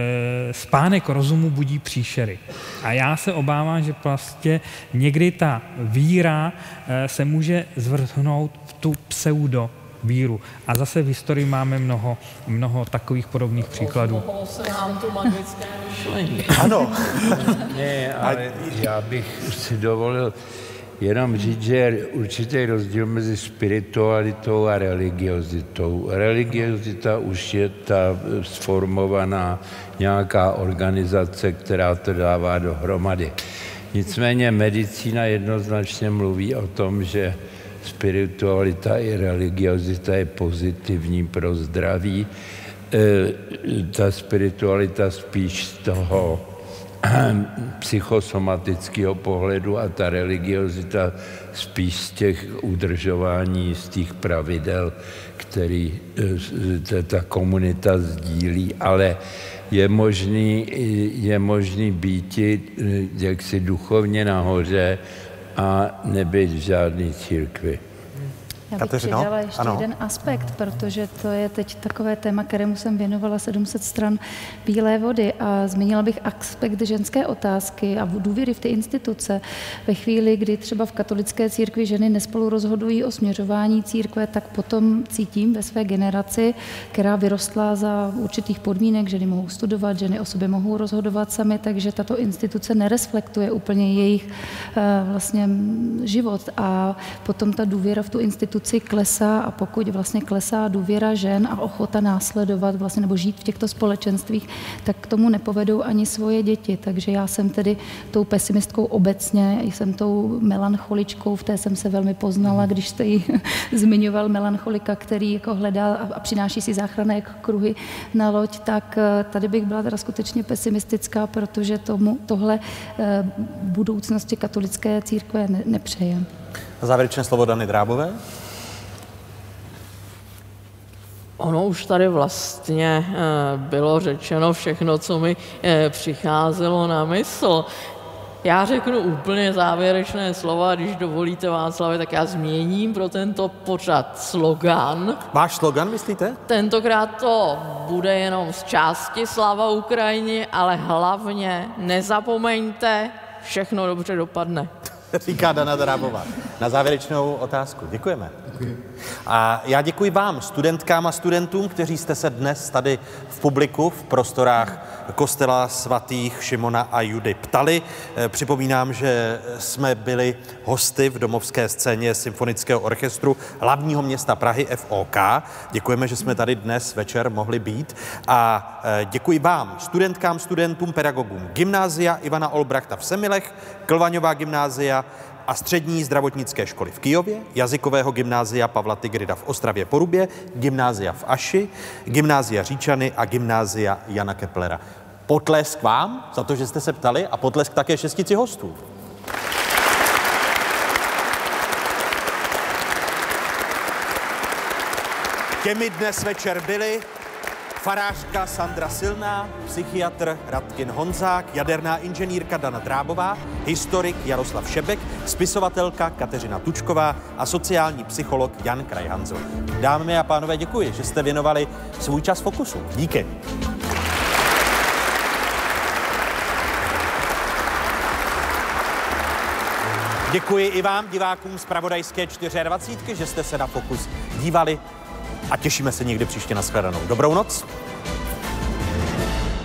Spánek rozumu budí příšery. A já se obávám, že vlastně někdy ta víra se může zvrhnout v tu pseudo víru. A zase v historii máme mnoho, mnoho takových podobných příkladů. Ano. Ne, ale já bych si dovolil jenom říct, že je určitý rozdíl mezi spiritualitou a religiozitou. Religiozita už je ta sformovaná nějaká organizace, která to dává dohromady. Nicméně medicína jednoznačně mluví o tom, že spiritualita i religiozita je pozitivní pro zdraví. E, ta spiritualita spíš z toho psychosomatického pohledu a ta religiozita spíš z těch udržování, z těch pravidel, který e, ta komunita sdílí, ale je možný, je možný býti jaksi duchovně nahoře a nebyt v žádný církvi. Já bych přidala ještě ano. jeden aspekt, protože to je teď takové téma, kterému jsem věnovala sedm set stran bílé vody a zmínila bych aspekt ženské otázky a důvěry v ty instituce. Ve chvíli, kdy třeba v katolické církvi ženy nespolu rozhodují o směřování církve, tak potom cítím ve své generaci, která vyrostla za určitých podmínek, ženy mohou studovat, ženy o sobě mohou rozhodovat sami, takže tato instituce nereflektuje úplně jejich vlastně život a potom ta důvěra v tu instituci instituci klesá a pokud vlastně klesá důvěra žen a ochota následovat vlastně nebo žít v těchto společenstvích, tak k tomu nepovedou ani svoje děti. Takže já jsem tedy tou pesimistkou obecně, jsem tou melancholičkou, v té jsem se velmi poznala, když jste ji zmiňoval, melancholika, který jako hledá a přináší si záchranné kruhy na loď, tak tady bych byla teda skutečně pesimistická, protože tomu tohle budoucnosti katolické církve ne, nepřeje. A závěrečné slovo Dany Drábové. Ono už tady vlastně bylo řečeno všechno, co mi přicházelo na mysl. Já řeknu úplně závěrečné slova, když dovolíte, Václave, tak já změním pro tento pořad slogan. Váš slogan, myslíte? Tentokrát to bude jenom z části Slava Ukrajině, ale hlavně nezapomeňte, všechno dobře dopadne. Říká Dana Drábová. Na závěrečnou otázku. Děkujeme. Děkuji. A já děkuji vám, studentkám a studentům, kteří jste se dnes tady v publiku v prostorách kostela svatých Šimona a Judy ptali. Připomínám, že jsme byli hosty v domovské scéně Symfonického orchestru hlavního města Prahy F O K. Děkujeme, že jsme tady dnes večer mohli být. A děkuji vám, studentkám, studentům, pedagogům Gymnázia Ivana Olbrachta v Semilech, Klvaňová gymnázia a střední zdravotnické školy v Kyjově, jazykového gymnázia Pavla Tigrida v Ostravě Porubě, gymnázia v Aši, gymnázia Říčany a gymnázia Jana Keplera. Potlesk vám za to, že jste se ptali a potlesk také šestici hostů. Těmi dnes večer byli farářka Sandra Silná, psychiatr Radkin Honzák, jaderná inženýrka Dana Drábová, historik Jaroslav Šebek, spisovatelka Kateřina Tučková a sociální psycholog Jan Krajhanzl. Dámy a pánové, děkuji, že jste věnovali svůj čas Fokusu. Díky. Děkuji i vám, divákům z Zpravodajské dvacet čtyři, že jste se na Fokus dívali a těšíme se někdy příště na shledanou. Dobrou noc.